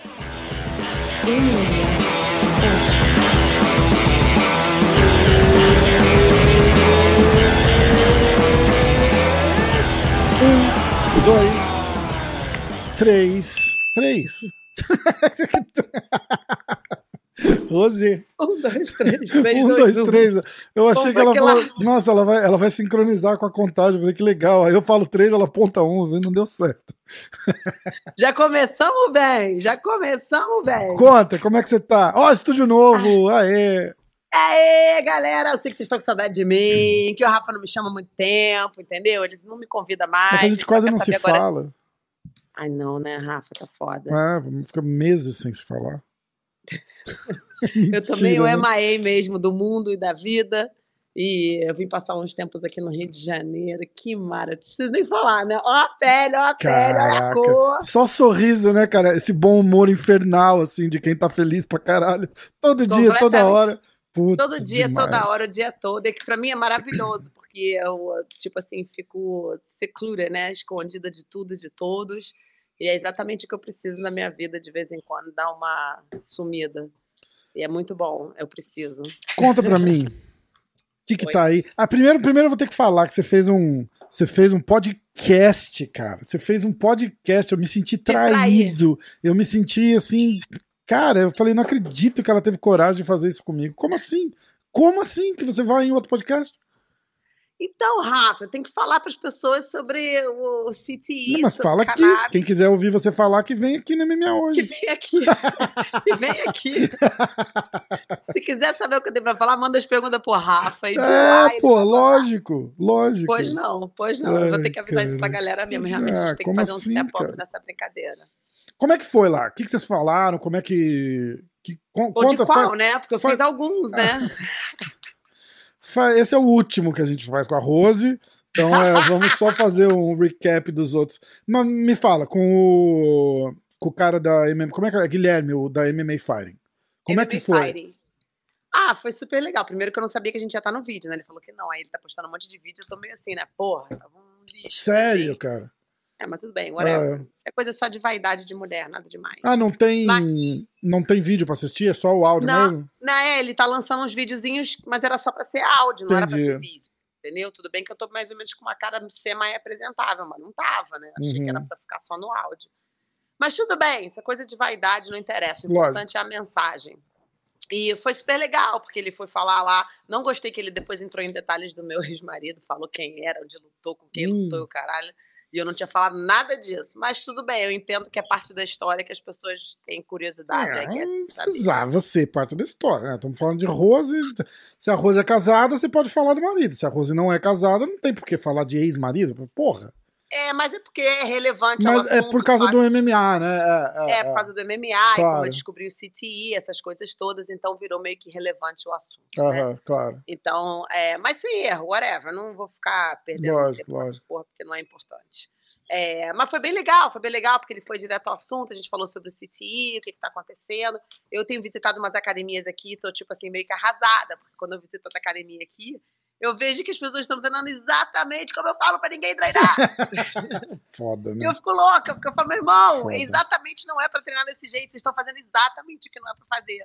Um, dois, três. Rose. 1, 2, 3, 3, 1, 2, 3. Eu achei que ela falou, nossa, ela vai sincronizar com a contagem. Eu falei, que legal. Aí eu falo 3, ela aponta 1, não deu certo. Já começamos bem. Conta, como é que você tá? Ó, estúdio novo, aê. Aê, galera, eu sei que vocês estão com saudade de mim, que o Rafa não me chama há muito tempo, entendeu? Ele não me convida mais. Mas a gente quase não se fala. Ai, não, né, Rafa? Tá foda. Fica meses sem se falar. Eu também, o MIA mesmo, do mundo e da vida. E eu vim passar uns tempos aqui no Rio de Janeiro. Que maravilha. Não preciso nem falar, né? Ó a pele, olha a cor. Só sorriso, né, cara? Esse bom humor infernal, assim, de quem tá feliz pra caralho. Todo dia, toda hora. Putz, todo dia, demais. toda hora, o dia todo. E que pra mim é maravilhoso, porque eu, tipo assim, fico secluded, né? Escondida de tudo e de todos. E é exatamente o que eu preciso na minha vida, de vez em quando, dar uma sumida. E é muito bom, eu preciso. Conta pra mim. O que tá aí? Primeiro eu vou ter que falar que você fez um podcast, cara. Você fez um podcast, eu me senti traído. Eu me senti assim, cara, eu falei, não acredito que ela teve coragem de fazer isso comigo. Como assim? Como assim que você vai em outro podcast? Então, Rafa, eu tenho que falar para as pessoas sobre o CTE. Não, mas fala aqui. Quem quiser ouvir você falar, que vem aqui na MMA hoje. Que vem aqui. Que vem aqui. Se quiser saber o que eu tenho para falar, manda as perguntas pro Rafa. Lógico. Pois não. Eu vou ter que avisar isso pra galera mesmo. Realmente a gente tem que fazer um step-up nessa brincadeira. Como é que foi lá? O que vocês falaram? Como é que... Conta, qual, né? Porque eu fiz alguns, né? Esse é o último que a gente faz com a Rose. Então vamos só fazer um recap dos outros. Mas me fala, com o cara da MMA. Como é que é? Guilherme, o da MMA Fighting. Como é que foi? Fighting. Foi super legal. Primeiro que eu não sabia que a gente ia estar no vídeo, né? Ele falou que não. Aí ele tá postando um monte de vídeo. Eu tô meio assim, né? Porra, tava um lixo. Sério, né? Cara? Mas tudo bem, whatever. Isso é coisa só de vaidade de mulher, nada demais. Não tem vídeo pra assistir? É só o áudio mesmo? Não, ele tá lançando uns videozinhos, mas era só pra ser áudio, não era pra ser vídeo. Entendeu? Tudo bem que eu tô mais ou menos com uma cara semi-apresentável, mas não tava, né? Achei que era pra ficar só no áudio. Mas tudo bem, isso é coisa de vaidade, não interessa. O importante é a mensagem. E foi super legal, porque ele foi falar lá. Não gostei que ele depois entrou em detalhes do meu ex-marido, falou quem era, onde lutou, com quem lutou, o caralho. E eu não tinha falado nada disso. Mas tudo bem, eu entendo que é parte da história que as pessoas têm curiosidade. Não precisava ser parte da história, né? Estamos falando de Rose. Se a Rose é casada, você pode falar do marido. Se a Rose não é casada, não tem por que falar de ex-marido. Porra. Mas é porque é relevante ao assunto. Mas é por causa do MMA, né? Por causa do MMA, claro. E como eu descobri o CTE, essas coisas todas, então virou meio que relevante o assunto. Né? Claro. Então, mas sem erro, whatever. Não vou ficar perdendo tempo com essa porra, porque não é importante. Mas foi bem legal, porque ele foi direto ao assunto, a gente falou sobre o CTE, o que tá acontecendo. Eu tenho visitado umas academias aqui, tô tipo assim, meio que arrasada, porque quando eu visito outra academia aqui, eu vejo que as pessoas estão treinando exatamente como eu falo pra ninguém treinar. Foda, né? E eu fico louca, porque eu falo, meu irmão, exatamente não é pra treinar desse jeito, vocês estão fazendo exatamente o que não é pra fazer.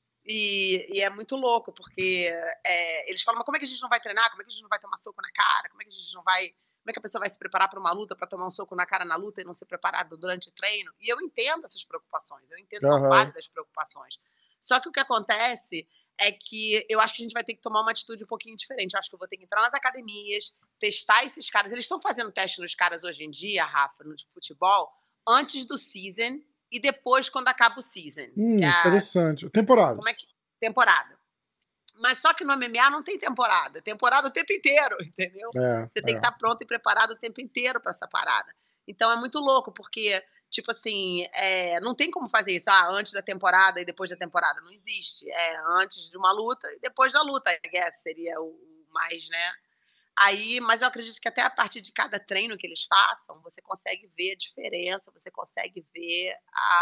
E é muito louco, porque eles falam, mas como é que a gente não vai treinar? Como é que a gente não vai tomar soco na cara? Como é que a gente não vai... Como é que a pessoa vai se preparar para uma luta, para tomar um soco na cara na luta e não ser preparado durante o treino? E eu entendo essas preocupações, eu entendo, são várias preocupações. Só que o que acontece é que eu acho que a gente vai ter que tomar uma atitude um pouquinho diferente. Eu acho que eu vou ter que entrar nas academias, testar esses caras. Eles estão fazendo teste nos caras hoje em dia, Rafa, no futebol, antes do season e depois quando acaba o season. Interessante. Temporada. Como é que... Temporada. Mas só que no MMA não tem temporada. Temporada o tempo inteiro, entendeu? Você tem que estar pronto e preparado o tempo inteiro para essa parada. Então é muito louco, porque, tipo assim, não tem como fazer isso antes da temporada e depois da temporada. Não existe. Antes de uma luta e depois da luta. Seria o mais, né? Mas eu acredito que até a partir de cada treino que eles façam, você consegue ver a diferença, você consegue ver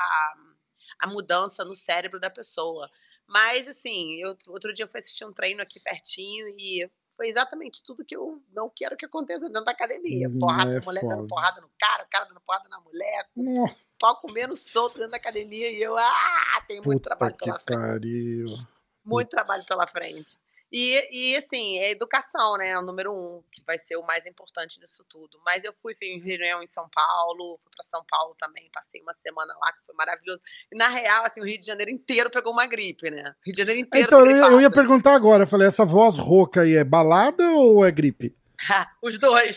a mudança no cérebro da pessoa. Mas, assim, outro dia eu fui assistir um treino aqui pertinho e foi exatamente tudo que eu não quero que aconteça dentro da academia. Porrada na mulher, dando porrada no cara, o cara dando porrada na mulher, o pau comendo solto dentro da academia e eu, tem muito trabalho pela frente. Pariu. Muito trabalho pela frente. E assim, é educação, né? É o número 1, que vai ser o mais importante nisso tudo. Mas eu fui em reunião em São Paulo, fui para São Paulo também, passei uma semana lá, que foi maravilhoso. E na real, assim, o Rio de Janeiro inteiro pegou uma gripe, né? O Rio de Janeiro inteiro. Então, eu ia perguntar agora, eu falei, essa voz rouca aí é balada ou é gripe? Os dois.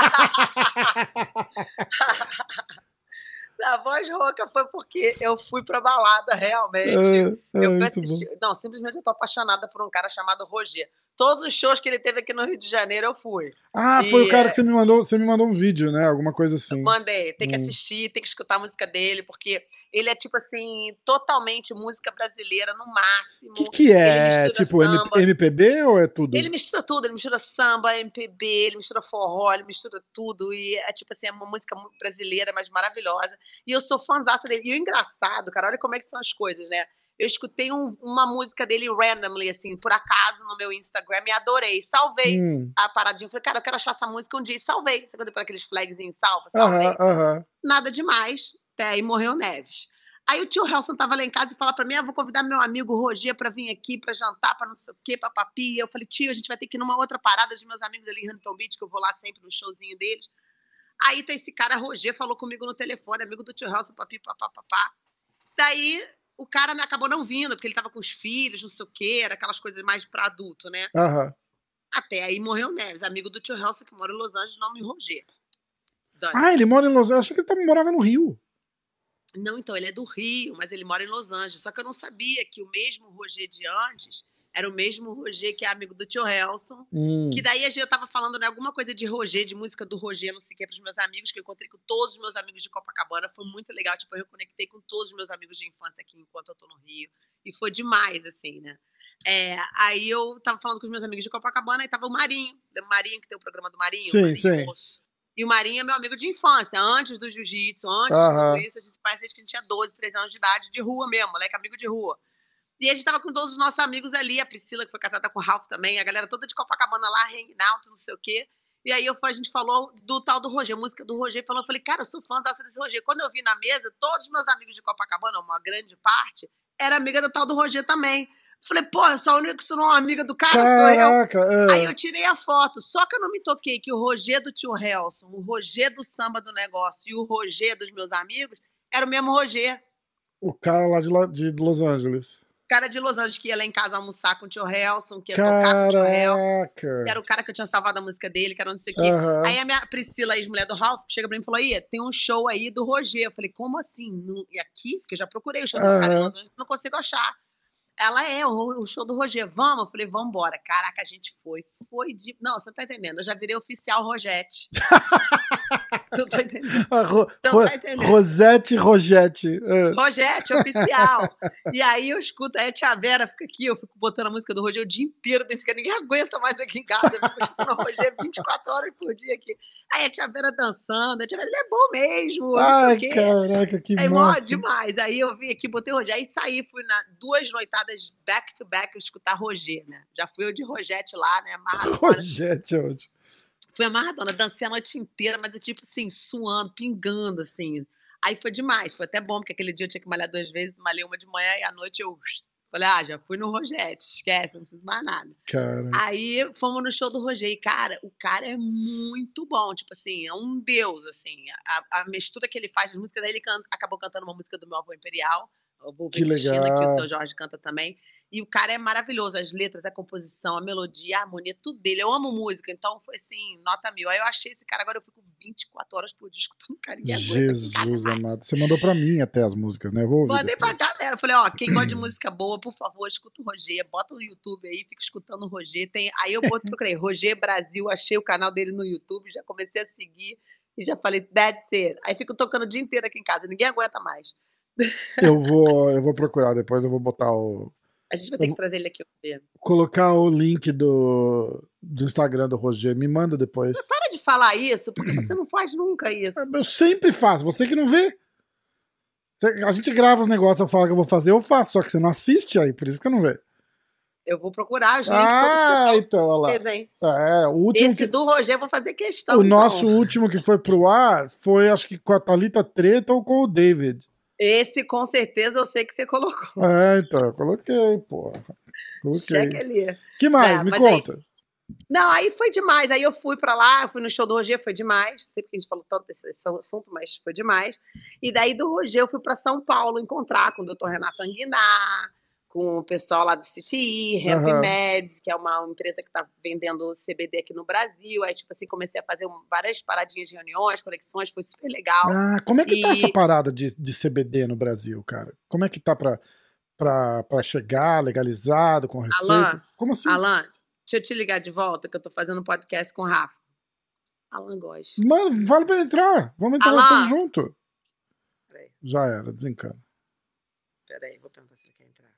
A voz rouca foi porque eu fui pra balada, realmente. Eu fui assistir. Não, simplesmente eu tô apaixonada por um cara chamado Roger. Todos os shows que ele teve aqui no Rio de Janeiro, eu fui. Foi o cara que você me mandou um vídeo, né? Alguma coisa assim. Mandei. Tem que assistir, tem que escutar a música dele, porque ele é, tipo assim, totalmente música brasileira no máximo. O que é? Tipo, samba. MPB ou é tudo? Ele mistura tudo. Ele mistura samba, MPB, ele mistura forró, ele mistura tudo. E é, tipo assim, é uma música brasileira, mas maravilhosa. E eu sou fãzaça dele. E o engraçado, cara, olha como é que são as coisas, né? Eu escutei uma música dele randomly, assim, por acaso, no meu Instagram e adorei. Salvei a paradinha. Falei, cara, eu quero achar essa música um dia. E salvei. Você deu aqueles flagzinhos salva? Salvei. Nada demais. Até aí morreu Neves. Aí o tio Helson tava lá em casa e falou pra mim, vou convidar meu amigo Roger pra vir aqui pra jantar, pra não sei o quê, pra papi. Eu falei, tio, a gente vai ter que ir numa outra parada de meus amigos ali em Huntington Beach, que eu vou lá sempre no showzinho deles. Aí tá esse cara, Roger, falou comigo no telefone, amigo do tio Helson, papi, papapá. Daí o cara acabou não vindo, porque ele tava com os filhos, não sei o quê, era aquelas coisas mais pra adulto, né? Até aí morreu Neves, amigo do tio Helson, que mora em Los Angeles, nome Roger. Ele mora em Los Angeles? Eu achei que ele morava no Rio. Não, então, ele é do Rio, mas ele mora em Los Angeles. Só que eu não sabia que o mesmo Roger de antes era o mesmo Roger que é amigo do tio Helson. Que daí eu tava falando, né, alguma coisa de Roger, de música do Roger, não sei o que, pros meus amigos, que eu encontrei com todos os meus amigos de Copacabana. Foi muito legal, tipo, eu reconectei com todos os meus amigos de infância aqui enquanto eu tô no Rio. E foi demais, assim, né? Aí eu tava falando com os meus amigos de Copacabana e tava o Marinho. O Marinho, que tem o programa do Marinho. Sim, sim. E o Marinho é meu amigo de infância, antes do jiu-jitsu, antes de tudo isso. A gente se faz desde que a gente tinha 12, 13 anos de idade, de rua mesmo, moleque, amigo de rua. E a gente tava com todos os nossos amigos ali, a Priscila, que foi casada com o Ralph também, a galera toda de Copacabana lá, hanging out, não sei o quê. E aí a gente falou do tal do Roger, música do Roger, eu falei, cara, eu sou fã desse Roger. Quando eu vi na mesa, todos os meus amigos de Copacabana, uma grande parte, era amiga do tal do Roger também. Falei, pô, eu sou a única que sou uma amiga do cara, Caraca, sou eu. Aí eu tirei a foto, só que eu não me toquei que o Roger do tio Helson, o Roger do samba do negócio e o Roger dos meus amigos era o mesmo Roger. O cara lá de Los Angeles. O cara de Los Angeles que ia lá em casa almoçar com o tio Helson, que ia tocar com o tio Helson. Que era o cara que eu tinha salvado a música dele, que era não sei o quê. Aí a minha Priscila, ex-mulher do Ralph, chega pra mim e falou, tem um show aí do Roger. Eu falei, como assim? E aqui? Porque eu já procurei o show desse cara em Los Angeles, não consigo achar. Ela o show do Roger, vamos? Eu falei, vamos embora. Caraca, a gente foi. Não, você não tá entendendo. Eu já virei oficial Rogete. Não tô entendendo. Tá entendendo. Rosete. Rogete, oficial. E aí eu escuto, aí a tia Vera fica aqui, eu fico botando a música do Roger o dia inteiro, ninguém aguenta mais aqui em casa. Eu fico escutando o Roger 24 horas por dia aqui. Aí a tia Vera dançando, a tia Vera, ele é bom mesmo. Ai, caraca, que massa. Demais. Aí eu vim aqui, botei o Roger, aí saí, fui na 2 noitadas back to back escutar Roger, né? Já fui eu de Rogete lá, né? Rogete é ótimo. Fui amarradona, dancei a noite inteira, mas tipo assim, suando, pingando, assim. Aí foi demais, foi até bom, porque aquele dia eu tinha que malhar 2 vezes, malhei uma de manhã e à noite eu falei, já fui no Rogete, esquece, não preciso mais nada. Cara. Aí fomos no show do Roger e, cara, o cara é muito bom, tipo assim, é um deus, assim. A mistura que ele faz, as músicas, daí ele acabou cantando uma música do meu avô Imperial, o Voo Cristina, que o seu Jorge canta também. E o cara é maravilhoso, as letras, a composição, a melodia, a harmonia, tudo dele. Eu amo música, então foi assim, nota 1000. Aí eu achei esse cara, agora eu fico 24 horas por dia escutando o cara. Jesus amado. Você mandou pra mim até as músicas, né? Eu vou ouvir. Mandei pra galera. Falei, quem gosta de música boa, por favor, escuta o Roger. Bota no YouTube aí, fica escutando o Roger. Aí eu procurei Roger Brasil, achei o canal dele no YouTube, já comecei a seguir e já falei, that's it. Aí fico tocando o dia inteiro aqui em casa, ninguém aguenta mais. Eu vou procurar, depois eu vou botar o... A gente vai ter que trazer ele aqui um dia. Colocar o link do Instagram do Roger. Me manda depois. Mas para de falar isso, porque você não faz nunca isso. Eu sempre faço. Você que não vê. A gente grava os negócios, eu falo que eu vou fazer, eu faço. Só que você não assiste aí, por isso que você não vê. Eu vou procurar os links todos que você então, olha lá. O último esse do Roger eu vou fazer questão. O nosso último que foi pro ar foi, acho que com a Thalita Treta ou com o David. Esse, com certeza, eu sei que você colocou. Então, eu coloquei, porra. Cheque ali. Que mais? Me conta. Não, aí foi demais. Aí eu fui pra lá, fui no show do Roger, foi demais. Não sei porque a gente falou tanto desse assunto, mas foi demais. E daí do Roger eu fui pra São Paulo encontrar com o Dr. Renato Anguinar, com o pessoal lá do CTI, Hemp Meds, que é uma empresa que tá vendendo CBD aqui no Brasil. Aí, tipo assim, comecei a fazer várias paradinhas de reuniões, conexões, foi super legal. Como é que tá essa parada de CBD no Brasil, cara? Como é que tá pra chegar legalizado, com receita? Alan, como assim? Alan, deixa eu te ligar de volta, que eu tô fazendo um podcast com o Rafa. Alan gosta. Mano, vale pra entrar. Vamos entrar todos juntos. Peraí. Já era, desencana. Peraí, vou perguntar se ele quer entrar.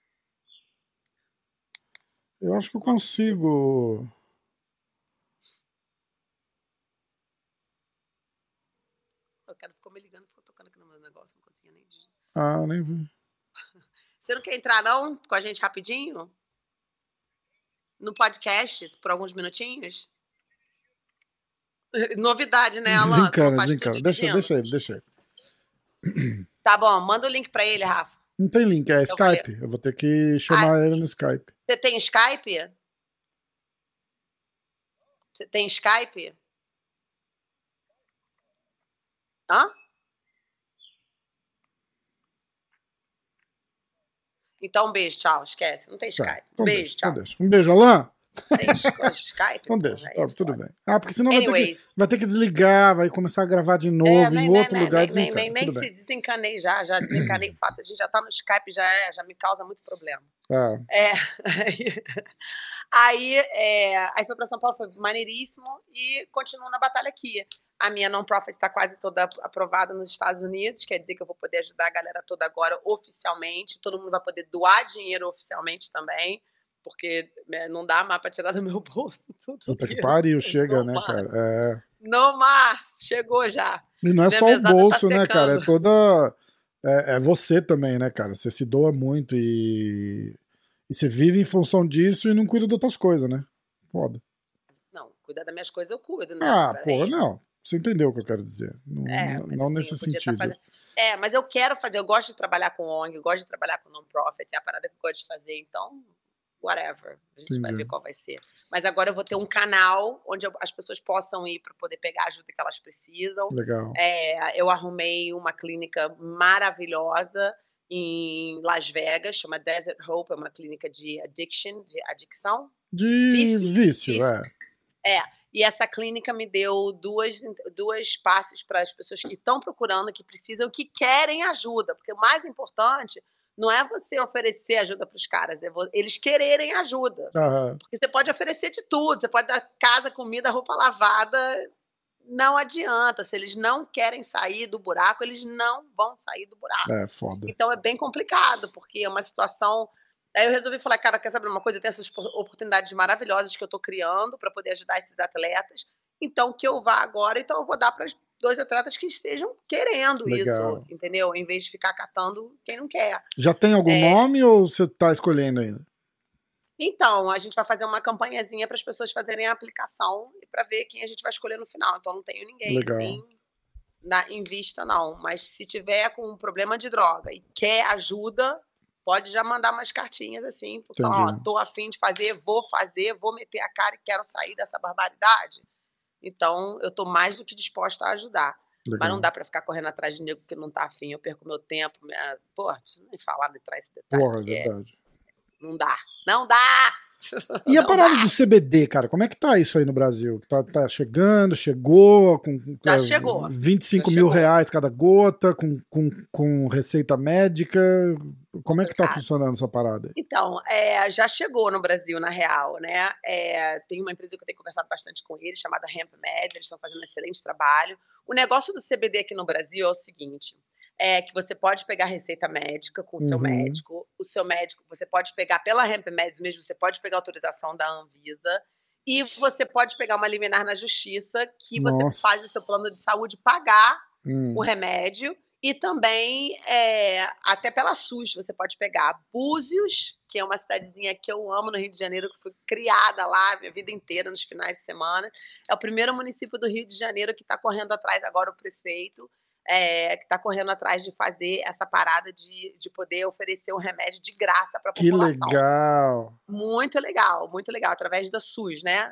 Eu acho que eu consigo. O cara ficou me ligando, ficou tocando aqui no meu negócio, não conseguia nem digitar. Nem vi. Você não quer entrar, não? Com a gente rapidinho? No podcast, por alguns minutinhos? Novidade, né, Alan? Desencana. Deixa aí. Tá bom, manda o link pra ele, Rafa. Não tem link, é Skype. Eu vou ter que chamar ele no Skype. Você tem Skype? Você tem Skype? Hã? Então, um beijo, tchau. Esquece, não tem Skype. Beijo, tchau. Um beijo, Alan. Tem Skype? Então deixa, tudo bem. Porque senão vai ter que desligar, vai começar a gravar de novo em outro lugar. Nem se desencanei já desencanei o fato, a gente já tá no Skype, já me causa muito problema. Aí foi pra São Paulo, foi maneiríssimo e continuo na batalha aqui. A minha non-profit está quase toda aprovada nos Estados Unidos, quer dizer que eu vou poder ajudar a galera toda agora oficialmente, todo mundo vai poder doar dinheiro oficialmente também, porque não dá mais para tirar do meu bolso tudo. Puta que pariu, chega, né, cara? No mas, chegou já. E não é só o bolso, né, cara? É toda... É você também, né, cara? Você se doa muito e você vive em função disso e não cuida de outras coisas, né? Foda. Não, cuidar das minhas coisas eu cuido, né? Não. Você entendeu o que eu quero dizer. Não nesse sentido. Mas eu quero fazer, eu gosto de trabalhar com ONG, eu gosto de trabalhar com non-profit, é a parada que eu gosto de fazer, então, whatever. A gente vai ver qual vai ser. Mas agora eu vou ter um canal onde as pessoas possam ir para poder pegar a ajuda que elas precisam. Legal. Eu arrumei uma clínica maravilhosa em Las Vegas, chama Desert Hope, é uma clínica de adicção. De vício. E essa clínica me deu duas passes para as pessoas que estão procurando, que precisam, que querem ajuda. Porque o mais importante não é você oferecer ajuda para os caras, é eles quererem ajuda. Porque você pode oferecer de tudo, você pode dar casa, comida, roupa lavada, não adianta. Se eles não querem sair do buraco, eles não vão sair do buraco. Foda. Então é bem complicado, porque é uma situação... Aí eu resolvi falar, cara, quer saber uma coisa? Eu tenho essas oportunidades maravilhosas que eu tô criando para poder ajudar esses atletas. Então, que eu vá agora, então eu vou dar para os 2 atletas que estejam querendo isso, entendeu? Em vez de ficar catando quem não quer. Já tem algum nome ou você tá escolhendo ainda? Então, a gente vai fazer uma campanhazinha para as pessoas fazerem a aplicação e para ver quem a gente vai escolher no final. Então, não tenho ninguém assim em vista, não. Mas se tiver com um problema de droga e quer ajuda... Pode já mandar umas cartinhas assim, porque tô a fim de fazer, vou meter a cara e quero sair dessa barbaridade. Então, eu tô mais do que disposta a ajudar. Legal. Mas não dá pra ficar correndo atrás de nego que não tá afim, eu perco meu tempo. Porra, preciso nem falar de trás esse detalhe. Porra, é verdade. Não dá! E a parada do CBD, cara, como é que tá isso aí no Brasil? Tá chegou Já chegou. 25 mil reais cada gota, com receita médica. Como é que tá funcionando essa parada? Então, já chegou no Brasil, na real, né? Tem uma empresa que eu tenho conversado bastante com eles, chamada Hemp Med, eles estão fazendo um excelente trabalho. O negócio do CBD aqui no Brasil é o seguinte... que você pode pegar receita médica com o seu médico. O seu médico, você pode pegar pela Hemp Meds mesmo, você pode pegar autorização da Anvisa e você pode pegar uma liminar na justiça que você faz o seu plano de saúde pagar o remédio E também, até pela SUS, você pode pegar Búzios, que é uma cidadezinha que eu amo no Rio de Janeiro, que fui criada lá minha vida inteira, nos finais de semana. É o primeiro município do Rio de Janeiro que está correndo atrás agora, o prefeito, que está correndo atrás de fazer essa parada de poder oferecer um remédio de graça para a Que população. legal! Muito legal, através da SUS, né?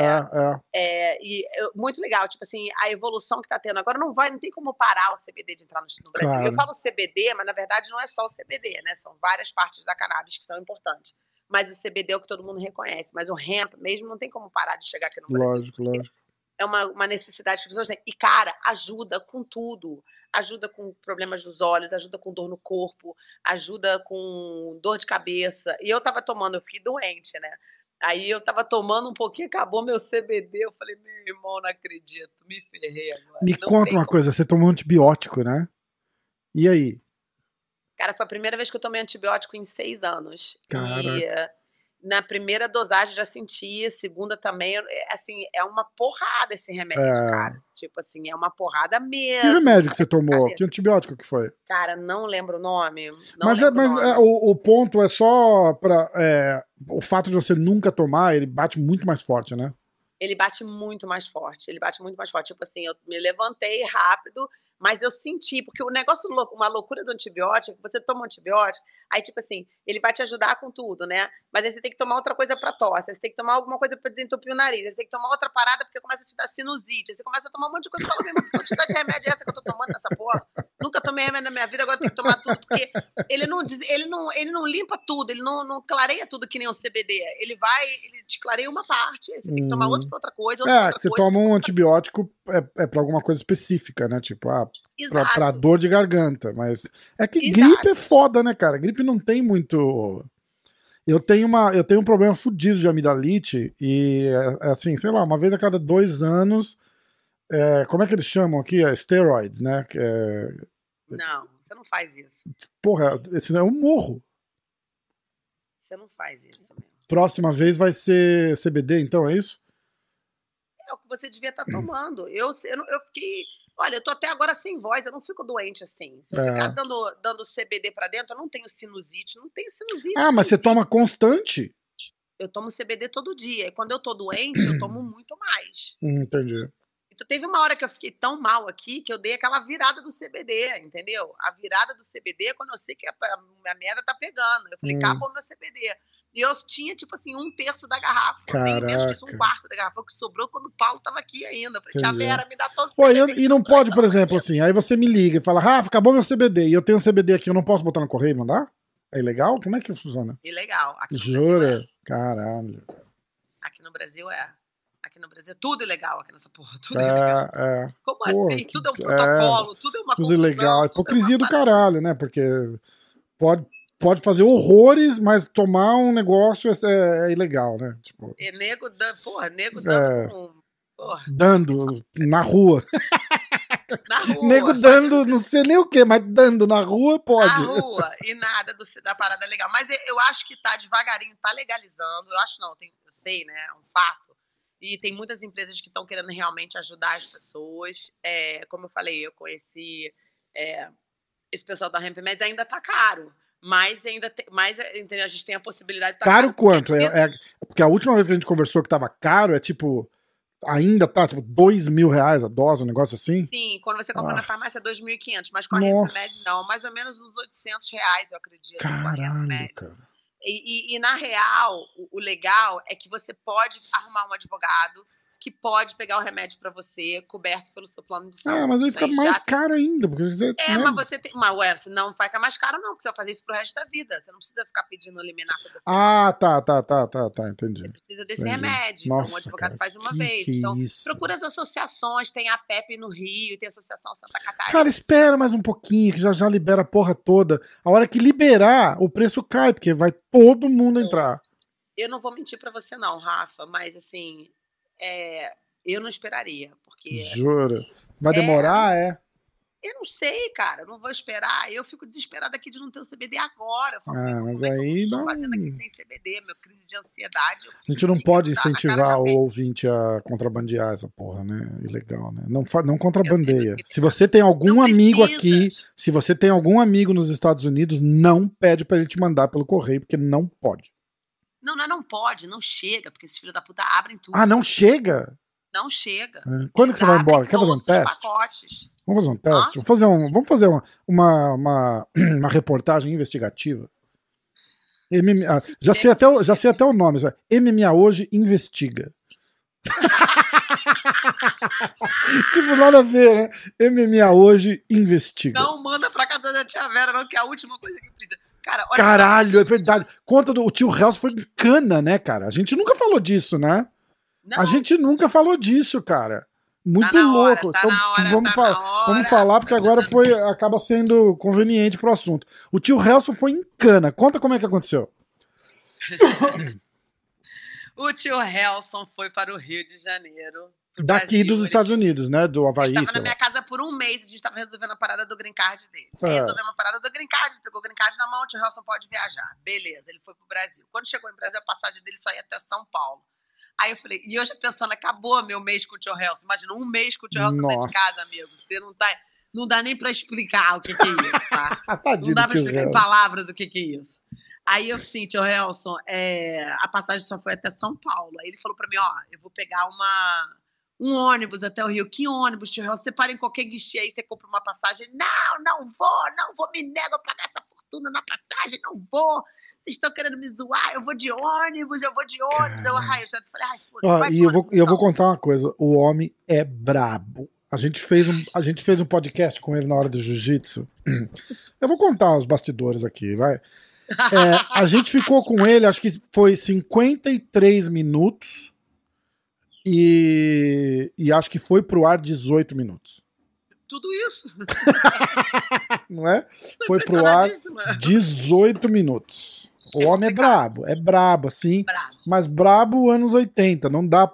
Muito legal, tipo assim, a evolução que tá tendo. Agora não tem como parar o CBD de entrar no Brasil. Claro. Eu falo CBD, mas na verdade não é só o CBD, né? São várias partes da cannabis que são importantes. Mas o CBD é o que todo mundo reconhece. Mas o hemp mesmo não tem como parar de chegar aqui no Brasil. Lógico. É uma necessidade que as pessoas têm. E, cara, ajuda com tudo. Ajuda com problemas dos olhos, ajuda com dor no corpo, ajuda com dor de cabeça. E eu tava tomando, eu fiquei doente, né? Aí eu tava tomando um pouquinho, acabou meu CBD. Eu falei, meu irmão, não acredito, me ferrei agora. Me conta uma coisa, você tomou antibiótico, né? E aí? Cara, foi a primeira vez que eu tomei antibiótico em 6 anos. Caraca. E na primeira dosagem já senti, a segunda também, assim, é uma porrada esse remédio, cara. Tipo assim, é uma porrada mesmo. Que remédio que você tomou? Que antibiótico que foi? Cara, não lembro o nome. Mas o ponto é só para o fato de você nunca tomar, ele bate muito mais forte, né? Ele bate muito mais forte. Tipo assim, eu me levantei rápido, mas eu senti, porque o negócio, uma loucura do antibiótico, você toma um antibiótico, aí tipo assim, ele vai te ajudar com tudo, né? Mas aí você tem que tomar outra coisa pra tosse, você tem que tomar alguma coisa pra desentupir o nariz, aí você tem que tomar outra parada porque começa a te dar sinusite, aí você começa a tomar um monte de coisa e fala, mesmo, que quantidade de remédio é essa que eu tô tomando nessa porra? Nunca tomei remédio na minha vida, agora tem que tomar tudo, porque ele não limpa tudo, ele não clareia tudo que nem o CBD, ele te clareia uma parte, aí você tem que tomar outra coisa, você toma um antibiótico pra alguma coisa específica, né? Tipo, pra dor de garganta, mas é que gripe é foda, né, cara? Gripe não tem muito... Eu tenho um problema fudido de amidalite e, assim, sei lá, uma vez a cada 2 anos, como é que eles chamam aqui? Steroids, né? Não, você não faz isso. Porra, esse é um morro. Você não faz isso mesmo. Próxima vez vai ser CBD, então, é isso? É o que você devia estar tomando. Eu fiquei... Olha, eu tô até agora sem voz, eu não fico doente assim. Se eu ficar dando CBD pra dentro, eu não tenho sinusite, mas você toma constante? Eu tomo CBD todo dia. E quando eu tô doente, eu tomo muito mais. Entendi. Então teve uma hora que eu fiquei tão mal aqui que eu dei aquela virada do CBD, entendeu? A virada do CBD é quando eu sei que a merda tá pegando. Eu falei, acabou meu CBD. E eu tinha, tipo assim, 1/3 da garrafa. Nem menos que isso, 1/4 da garrafa. O que sobrou quando o Paulo tava aqui ainda. Eu falei, tia Vera, me dá todo o CBD. E não pode, por exemplo, assim, aí você me liga e fala, Rafa, acabou meu CBD, e eu tenho um CBD aqui, eu não posso botar no correio e mandar? É ilegal? Como é que funciona? Ilegal. Aqui no Jura? Brasil é. Caralho. Aqui no Brasil é. Aqui no Brasil é tudo ilegal aqui nessa porra. Tudo ilegal. Como assim? Tudo é um protocolo, tudo é uma tudo ilegal. Hipocrisia do caralho, né? Porque pode fazer horrores, mas tomar um negócio é ilegal, né? Tipo, nego dando na rua. Na rua. Nego dando, não sei nem o que, mas dando na rua pode. Na rua, e nada da parada legal. Mas eu acho que tá devagarinho, tá legalizando. Eu acho não, eu sei, né? É um fato. E tem muitas empresas que estão querendo realmente ajudar as pessoas. Como eu falei, eu conheci esse pessoal da Hemp, mas ainda tá caro. Mas a gente tem a possibilidade de caro quanto? Porque a última vez que a gente conversou que tava caro é tipo... Ainda tá, tipo, R$2.000 a dose, um negócio assim? Sim, quando você compra na farmácia é 2.500, mas com a Hemp não, mais ou menos uns R$800, eu acredito. Caralho, cara. E na real, o legal é que você pode arrumar um advogado que pode pegar o remédio pra você, coberto pelo seu plano de saúde. Mas aí fica mais caro ainda. Porque mas você tem... Mas, você não vai ficar mais caro, não, porque você vai fazer isso pro resto da vida. Você não precisa ficar pedindo liminar toda semana. Tá, entendi. Você precisa desse remédio. Nossa, então, o advogado faz uma vez. Então, procura as associações. Tem a PEP no Rio, tem a Associação Santa Catarina. Cara, espera mais um pouquinho, que já libera a porra toda. A hora que liberar, o preço cai, porque vai todo mundo entrar. Eu não vou mentir pra você não, Rafa, mas assim... eu não esperaria, porque... Jura? Vai demorar, Eu não sei, cara, não vou esperar. Eu fico desesperada aqui de não ter o CBD agora. Eu falo, mas aí eu tô não. fazendo aqui sem CBD, meu crise de ansiedade. A gente não pode incentivar o ouvinte a contrabandear essa porra, né? Ilegal, né? Não contrabandeia. Se você tem algum amigo aqui, se você tem algum amigo nos Estados Unidos, não pede pra ele te mandar pelo correio, porque não pode. Não pode, não chega, porque esses filhos da puta abrem tudo. Ah, não chega? Não chega. Quando que você vai embora? Quer fazer um teste? Pacotes. Vamos fazer um teste? Vamos fazer uma reportagem investigativa. Já sei até o nome. MMA Hoje Investiga. Tipo, nada a ver, né? MMA Hoje Investiga. Não manda pra casa da tia Vera, não, que é a última coisa que precisa. Cara, olha, caralho, é verdade. Conta do tio Helso foi cana, né, cara? A gente nunca falou disso, né? Não. A gente nunca falou disso, cara. Muito louco. Então, vamos falar, porque agora acaba sendo conveniente pro assunto. O tio Helso foi em cana. Conta como é que aconteceu. O tio Helson foi para o Rio de Janeiro. Daqui dos Estados Unidos, né? Do Havaí. Ele estava na minha casa por um mês, a gente estava resolvendo a parada do green card dele. Resolvemos a parada do green card, ele pegou o green card na mão, o tio Helson pode viajar. Beleza, ele foi pro Brasil. Quando chegou no Brasil, a passagem dele só ia até São Paulo. Aí eu falei, e eu já pensando, acabou meu mês com o tio Helson. Imagina, um mês com o tio Helson dentro de casa, amigo. Você não dá nem pra explicar o que é isso, tá? Não dá pra explicar em palavras o que é isso. Aí eu assim, tio Helson, a passagem só foi até São Paulo. Aí ele falou pra mim, eu vou pegar um ônibus até o Rio. Que ônibus, tio Helson? Você para em qualquer guichê aí, você compra uma passagem. Não vou, me nego a pagar essa fortuna na passagem, não vou. Vocês estão querendo me zoar, eu vou de ônibus. Eu já falei, foda-se. Eu vou contar uma coisa, o homem é brabo. A gente fez um podcast com ele na hora do jiu-jitsu. Eu vou contar os bastidores aqui, vai. A gente ficou com ele, acho que foi 53 minutos e acho que foi pro ar 18 minutos. Tudo isso? Não é? Foi pro ar 18 minutos. O homem é brabo, assim, mas brabo anos 80. Não dá,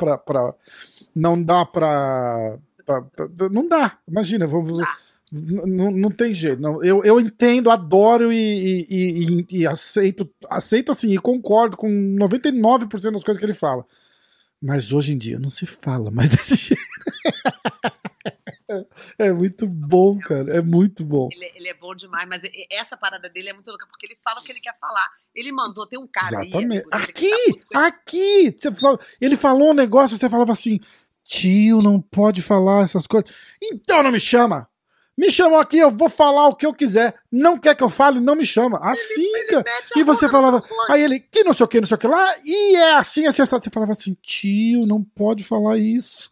imagina, não tem jeito. Não. Eu entendo, adoro e aceito assim, e concordo com 99% das coisas que ele fala. Mas hoje em dia não se fala mais desse jeito. É muito bom, cara. É muito bom. Ele é bom demais, mas essa parada dele é muito louca, porque ele fala o que ele quer falar. Ele mandou, tem um cara exatamente. Aqui! Ele falou um negócio, você falava assim, tio, não pode falar essas coisas. Então não me chama! Me chamou aqui, eu vou falar o que eu quiser. Não quer que eu fale, não me chama. Assim, cara. E você falava, aí ele, que não sei o que lá, e é assim. Você falava assim, tio, não pode falar isso.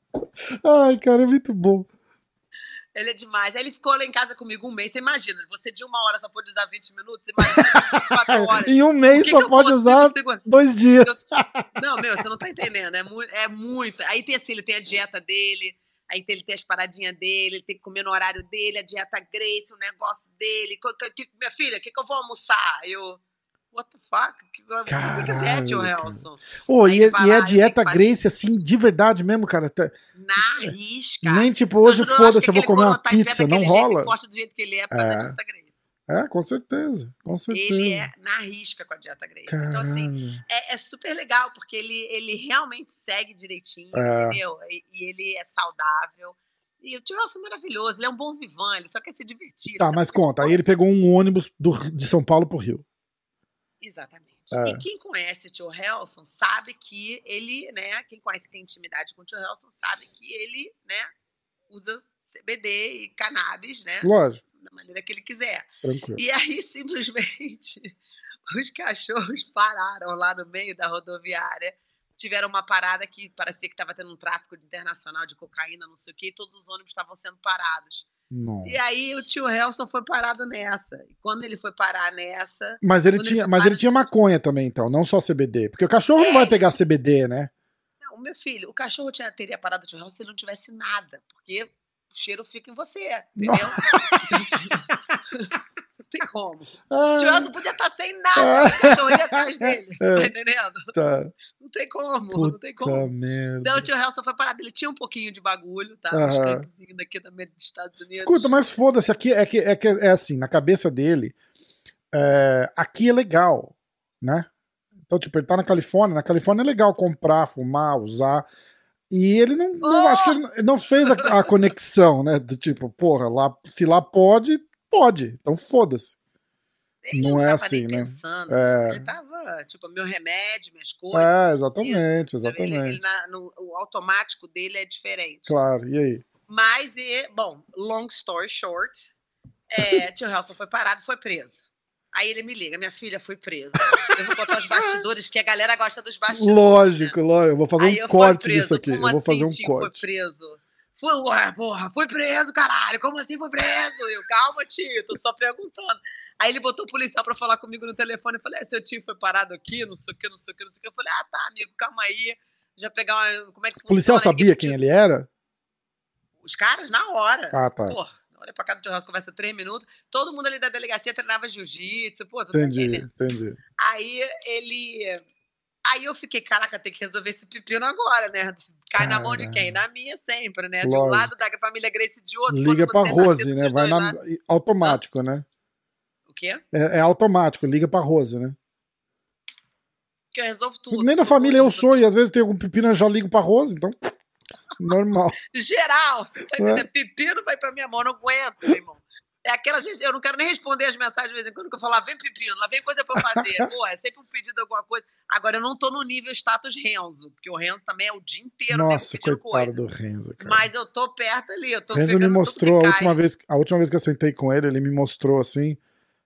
Ai, cara, é muito bom. Ele é demais. Aí ele ficou lá em casa comigo um mês. Você imagina, você de 1 hora só pode usar 20 minutos, imagina 4 horas. Em um mês só pode usar 2 dias. Não, você não tá entendendo. É muito. Aí tem assim, ele tem a dieta dele, aí ele tem as paradinhas dele, ele tem que comer no horário dele, a dieta Grace, o negócio dele. Minha filha, o que eu vou almoçar? What the fuck? Você quiser, tio Helson. E a dieta Grace, assim, de verdade mesmo, cara? Na risca. Nem tipo, hoje foda-se, eu vou comer uma pizza, não rola? Forte do jeito que ele é por causa da dieta Grace. Com certeza. Ele é na risca com a dieta Grace. Caramba. Então, assim, é super legal, porque ele realmente segue direitinho, entendeu? E ele é saudável. E o tio Helson é maravilhoso, ele é um bom vivan, ele só quer se divertir. Tá, mas conta, aí ele pegou um ônibus de São Paulo pro Rio. Exatamente. E quem conhece o tio Helson sabe que ele, né, quem conhece, tem intimidade com o tio Helson, sabe que ele, né, usa CBD e cannabis, né? Lógico. Da maneira que ele quiser. Tranquilo. E aí, simplesmente, os cachorros pararam lá no meio da rodoviária, tiveram uma parada que parecia que estava tendo um tráfico internacional de cocaína, não sei o quê, e todos os ônibus estavam sendo parados. Nossa. E aí o tio Helson foi parado nessa. E quando ele foi parar nessa... Mas ele tinha maconha também, então, não só CBD. Porque o cachorro não vai pegar CBD, né? Não, meu filho, o cachorro teria parado o tio Helson se ele não tivesse nada. Porque o cheiro fica em você, entendeu? Não tem como. O tio Helson podia estar sem nada, o cachorro ia atrás dele. Tá entendendo? Tá. Não tem como, Puta não tem como. merda. Então o tio Helson foi parado. Ele tinha um pouquinho de bagulho, tá? Aham. Uns cantozinhos daqui também dos Estados Unidos. Escuta, mas foda-se, aqui é assim, na cabeça dele, aqui é legal, né? Então, tipo, ele tá na Califórnia é legal comprar, fumar, usar. E ele não acho que ele não fez a conexão, né? Do tipo, porra, se lá pode, então foda-se. Ele Não é tava assim, nem né? pensando. Ele tava, tipo, meu remédio, minhas coisas. Exatamente, exatamente. O automático dele é diferente. Claro, e aí? Mas, bom, long story short, tio Helson foi parado, foi preso. Aí ele me liga, minha filha foi presa. Eu vou botar os bastidores, porque a galera gosta dos bastidores. Lógico, né? lógico. Eu vou fazer um corte disso aqui. Como eu vou fazer assim, um corte. Foi preso? Foi preso, caralho. Como assim foi preso? Eu, calma, tio, tô só perguntando. Aí ele botou o policial pra falar comigo no telefone. Eu falei, seu tio foi parado aqui, não sei o que. Eu falei, tá, amigo, calma aí. Já pegar uma... Como é que funciona? O policial sabia quem ele era? Os caras, na hora. Ah, tá. Porra, olha pra cá do churrasco, conversa 3 minutos. Todo mundo ali da delegacia treinava jiu-jitsu. Pô, Entendi. Aí eu fiquei, caraca, tem que resolver esse pepino agora, né? Cai na mão de quem? Na minha sempre, né? De um lado da família Grace, de outro. Liga pra Rose, né? Vai automático, né? O quê? É automático, liga pra Rose, né? Que eu resolvo tudo. Nem da família eu sou, e às vezes tem algum pepino, eu já ligo pra Rose, então... Normal. Geral, você tá entendendo? Pepino vai pra minha mão, eu não aguento, meu irmão. É aquela gente, eu não quero nem responder as mensagens de vez em quando que eu falo, vem pepino, lá vem coisa pra eu fazer. Pô, é sempre um pedido de alguma coisa. Agora, eu não tô no nível status Renzo, porque o Renzo também é o dia inteiro Nossa, pedindo coitado coisa. do Renzo, cara. Mas eu tô perto ali, eu tô Renzo me mostrou, a última vez que eu sentei com ele me mostrou assim,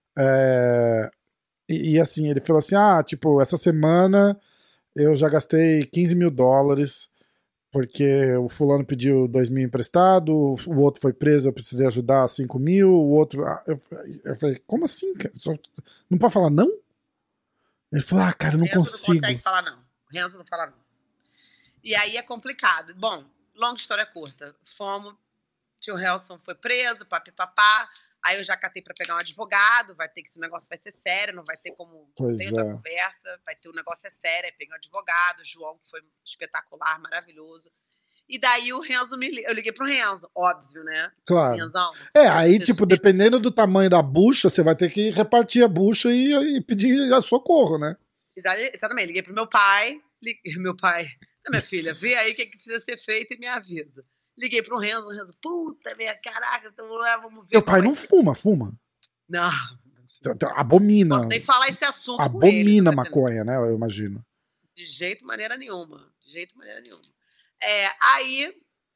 e assim, ele falou assim, tipo, essa semana eu já gastei $15 mil, porque o fulano pediu 2 mil emprestado, o outro foi preso, eu precisei ajudar 5 mil, o outro... Eu falei, como assim, cara? Não pode falar não? Ele falou, cara, eu não consigo. Não consegue falar não. O Renzo não fala não. E aí é complicado. Bom, longa história curta. Fomos, tio Helson foi preso, papapá. Aí eu já catei pra pegar um advogado, esse negócio vai ser sério, não vai ter como ter outra conversa, o negócio é sério, aí peguei um advogado, o João, que foi espetacular, maravilhoso. E daí eu liguei pro Renzo, óbvio, né? Claro. Renzão, aí, tipo, dependendo do tamanho da bucha, você vai ter que repartir a bucha e pedir socorro, né? Exatamente, liguei pro meu pai, minha filha, vê aí o que precisa ser feito e me avisa. Liguei pro Renzo, puta minha caraca, então vamos ver. Teu pai não fuma? Não. Abomina. Não posso nem falar esse assunto abomina com ele, maconha, né? Eu imagino. De jeito maneira nenhuma. Aí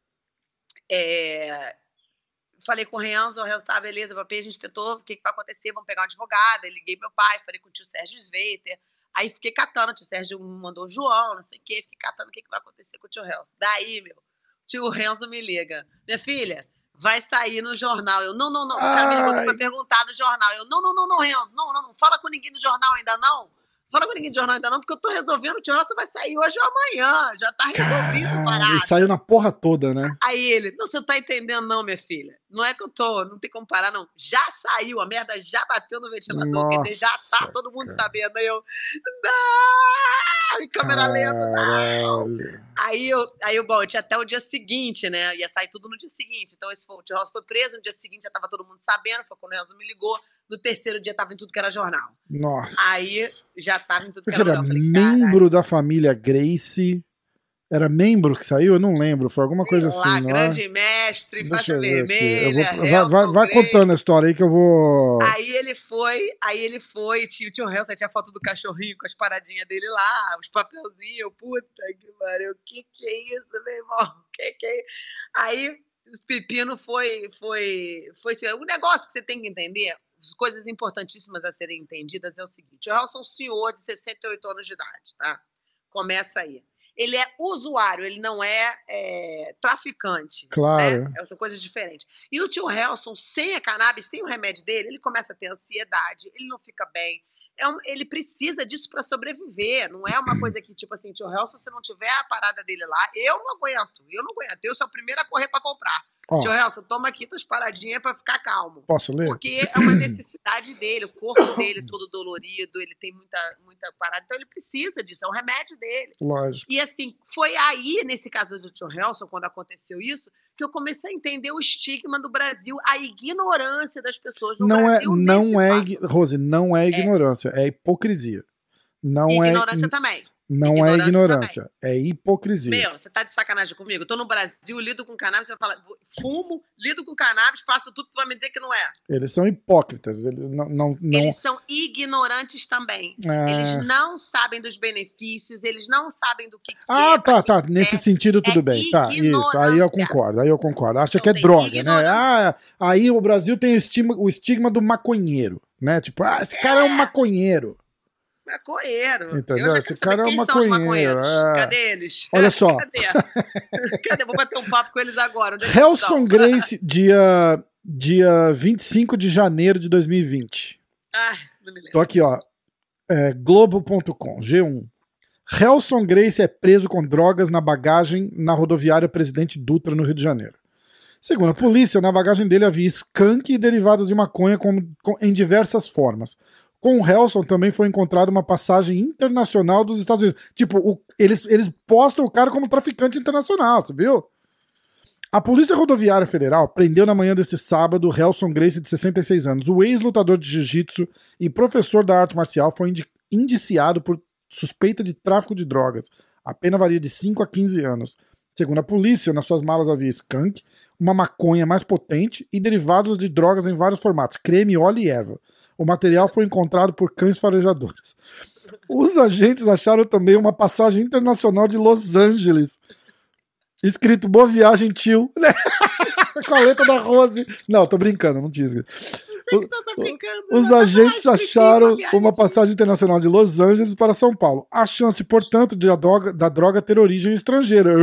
falei com o Renzo tá, beleza, papai, a gente tentou, o que vai acontecer? Vamos pegar um advogado. Aí liguei meu pai, falei com o tio Sérgio Sveiter. Aí fiquei catando, o tio Sérgio mandou o João, não sei o quê, fiquei catando o que vai acontecer com o tio Renzo. Daí, tio Renzo me liga. Minha filha, vai sair no jornal. Eu, não. O cara me ligou pra perguntar no jornal. Eu, não, Renzo, não fala com ninguém do jornal ainda não. Fala com ninguém do jornal ainda não, porque eu tô resolvendo, o tio Renzo vai sair hoje ou amanhã. Já tá resolvido, parado. Ele saiu na porra toda, né? Aí ele, você não tá entendendo não, minha filha. Não é que não tem como parar, não. Já saiu, a merda já bateu no ventilador. Quer dizer, já tá todo mundo sabendo. Aí eu, não! Câmera lenta, não! Aí bom, eu tinha até o dia seguinte, né? Ia sair tudo no dia seguinte. Então, o tio Renzo foi preso, no dia seguinte já tava todo mundo sabendo, foi quando o Renzo me ligou. No terceiro dia tava em tudo que era jornal. Nossa. Aí já tava em tudo que era jornal. Era membro da família Grace. Era membro que saiu? Eu não lembro. Foi alguma coisa assim. Lá, grande mestre, faixa vermelha. Vai contando a história aí que eu vou. Aí ele foi, o tio Helson tinha foto do cachorrinho com as paradinhas dele lá, os papelzinhos. Puta que pariu, que é isso, meu irmão? Que é isso? Aí os pepinos foi assim, o negócio que você tem que entender, as coisas importantíssimas a serem entendidas é o seguinte: o Helson é um senhor de 68 anos de idade, tá? Começa aí. Ele é usuário, ele não é traficante. Claro. Né? São coisas diferentes. E o tio Helson, sem a cannabis, sem o remédio dele, ele começa a ter ansiedade, ele não fica bem, ele precisa disso para sobreviver. Não é uma coisa que, tipo assim, tio Helson, se não tiver a parada dele lá, eu não aguento. Eu sou a primeira a correr para comprar. Tio Helson, toma aqui tuas paradinhas para ficar calmo. Posso ler? Porque é uma necessidade dele, o corpo dele todo dolorido, ele tem muita parada, então ele precisa disso, é um remédio dele. Lógico. E assim, foi aí, nesse caso do tio Helson, quando aconteceu isso, que eu comecei a entender o estigma do Brasil, a ignorância das pessoas no Brasil. Rose, não é ignorância, é hipocrisia. Ignorância também. Não é ignorância, é hipocrisia. Meu, você tá de sacanagem comigo? Eu tô no Brasil, lido com cannabis, você fala, fumo, lido com cannabis, faço tudo, tu vai me dizer que não é. Eles são hipócritas, eles não... Eles são ignorantes também. Eles não sabem dos benefícios, eles não sabem do que tá. Nesse sentido, tudo bem. Tá, isso, aí eu concordo. Acha que é droga, né? Aí o Brasil tem o estigma do maconheiro, né? Tipo, esse cara é um maconheiro. Maconheiro. Entendeu? Esse cara é um maconheiro. Cadê eles? Olha só. Cadê? Vou bater um papo com eles agora. Helson Gracie, dia 25 de janeiro de 2020. Não me lembro. Tô aqui, ó. Globo.com, G1. Helson Gracie é preso com drogas na bagagem na rodoviária Presidente Dutra, no Rio de Janeiro. Segundo a polícia, na bagagem dele havia skunk e derivados de maconha em diversas formas. Com o Helson também foi encontrada uma passagem internacional dos Estados Unidos. Tipo, eles postam o cara como traficante internacional, você viu? A Polícia Rodoviária Federal prendeu na manhã desse sábado Helson Gracie, de 66 anos. O ex-lutador de jiu-jitsu e professor da arte marcial foi indiciado por suspeita de tráfico de drogas. A pena varia de 5 a 15 anos. Segundo a polícia, nas suas malas havia skunk, uma maconha mais potente e derivados de drogas em vários formatos, creme, óleo e erva. O material foi encontrado por cães farejadores. Os agentes acharam também uma passagem internacional de Los Angeles, escrito Boa Viagem, tio. Com a letra da Rose. Não, tô brincando, não tinha escrito. Os agentes acharam uma passagem internacional de Los Angeles para São Paulo. A chance, portanto, da droga ter origem estrangeira.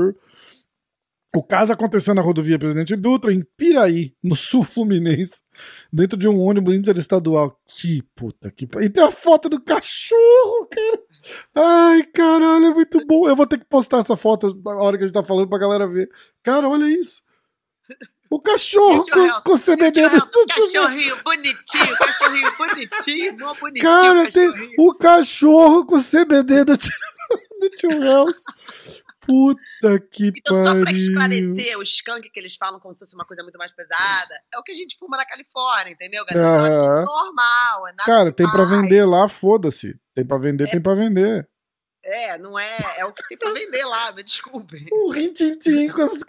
O caso aconteceu na rodovia Presidente Dutra, em Piraí, no sul fluminense, dentro de um ônibus interestadual. Que puta que pariu. E tem a foto do cachorro, cara. Ai, caralho, é muito bom. Eu vou ter que postar essa foto na hora que a gente tá falando pra galera ver. Cara, olha isso. O cachorro com o CBD do cachorrinho bonitinho, mó bonitinho. Cara, tem o cachorro com o CBD do tio Helson. Puta que pariu. Só pra esclarecer, o skunk que eles falam como se fosse uma coisa muito mais pesada, é o que a gente fuma na Califórnia, entendeu, galera? É tudo normal, é nada. Cara, tem pra vender lá, foda-se. Tem pra vender, tem pra vender. Não é. É o que tem pra vender lá, me desculpem. O rintintim com os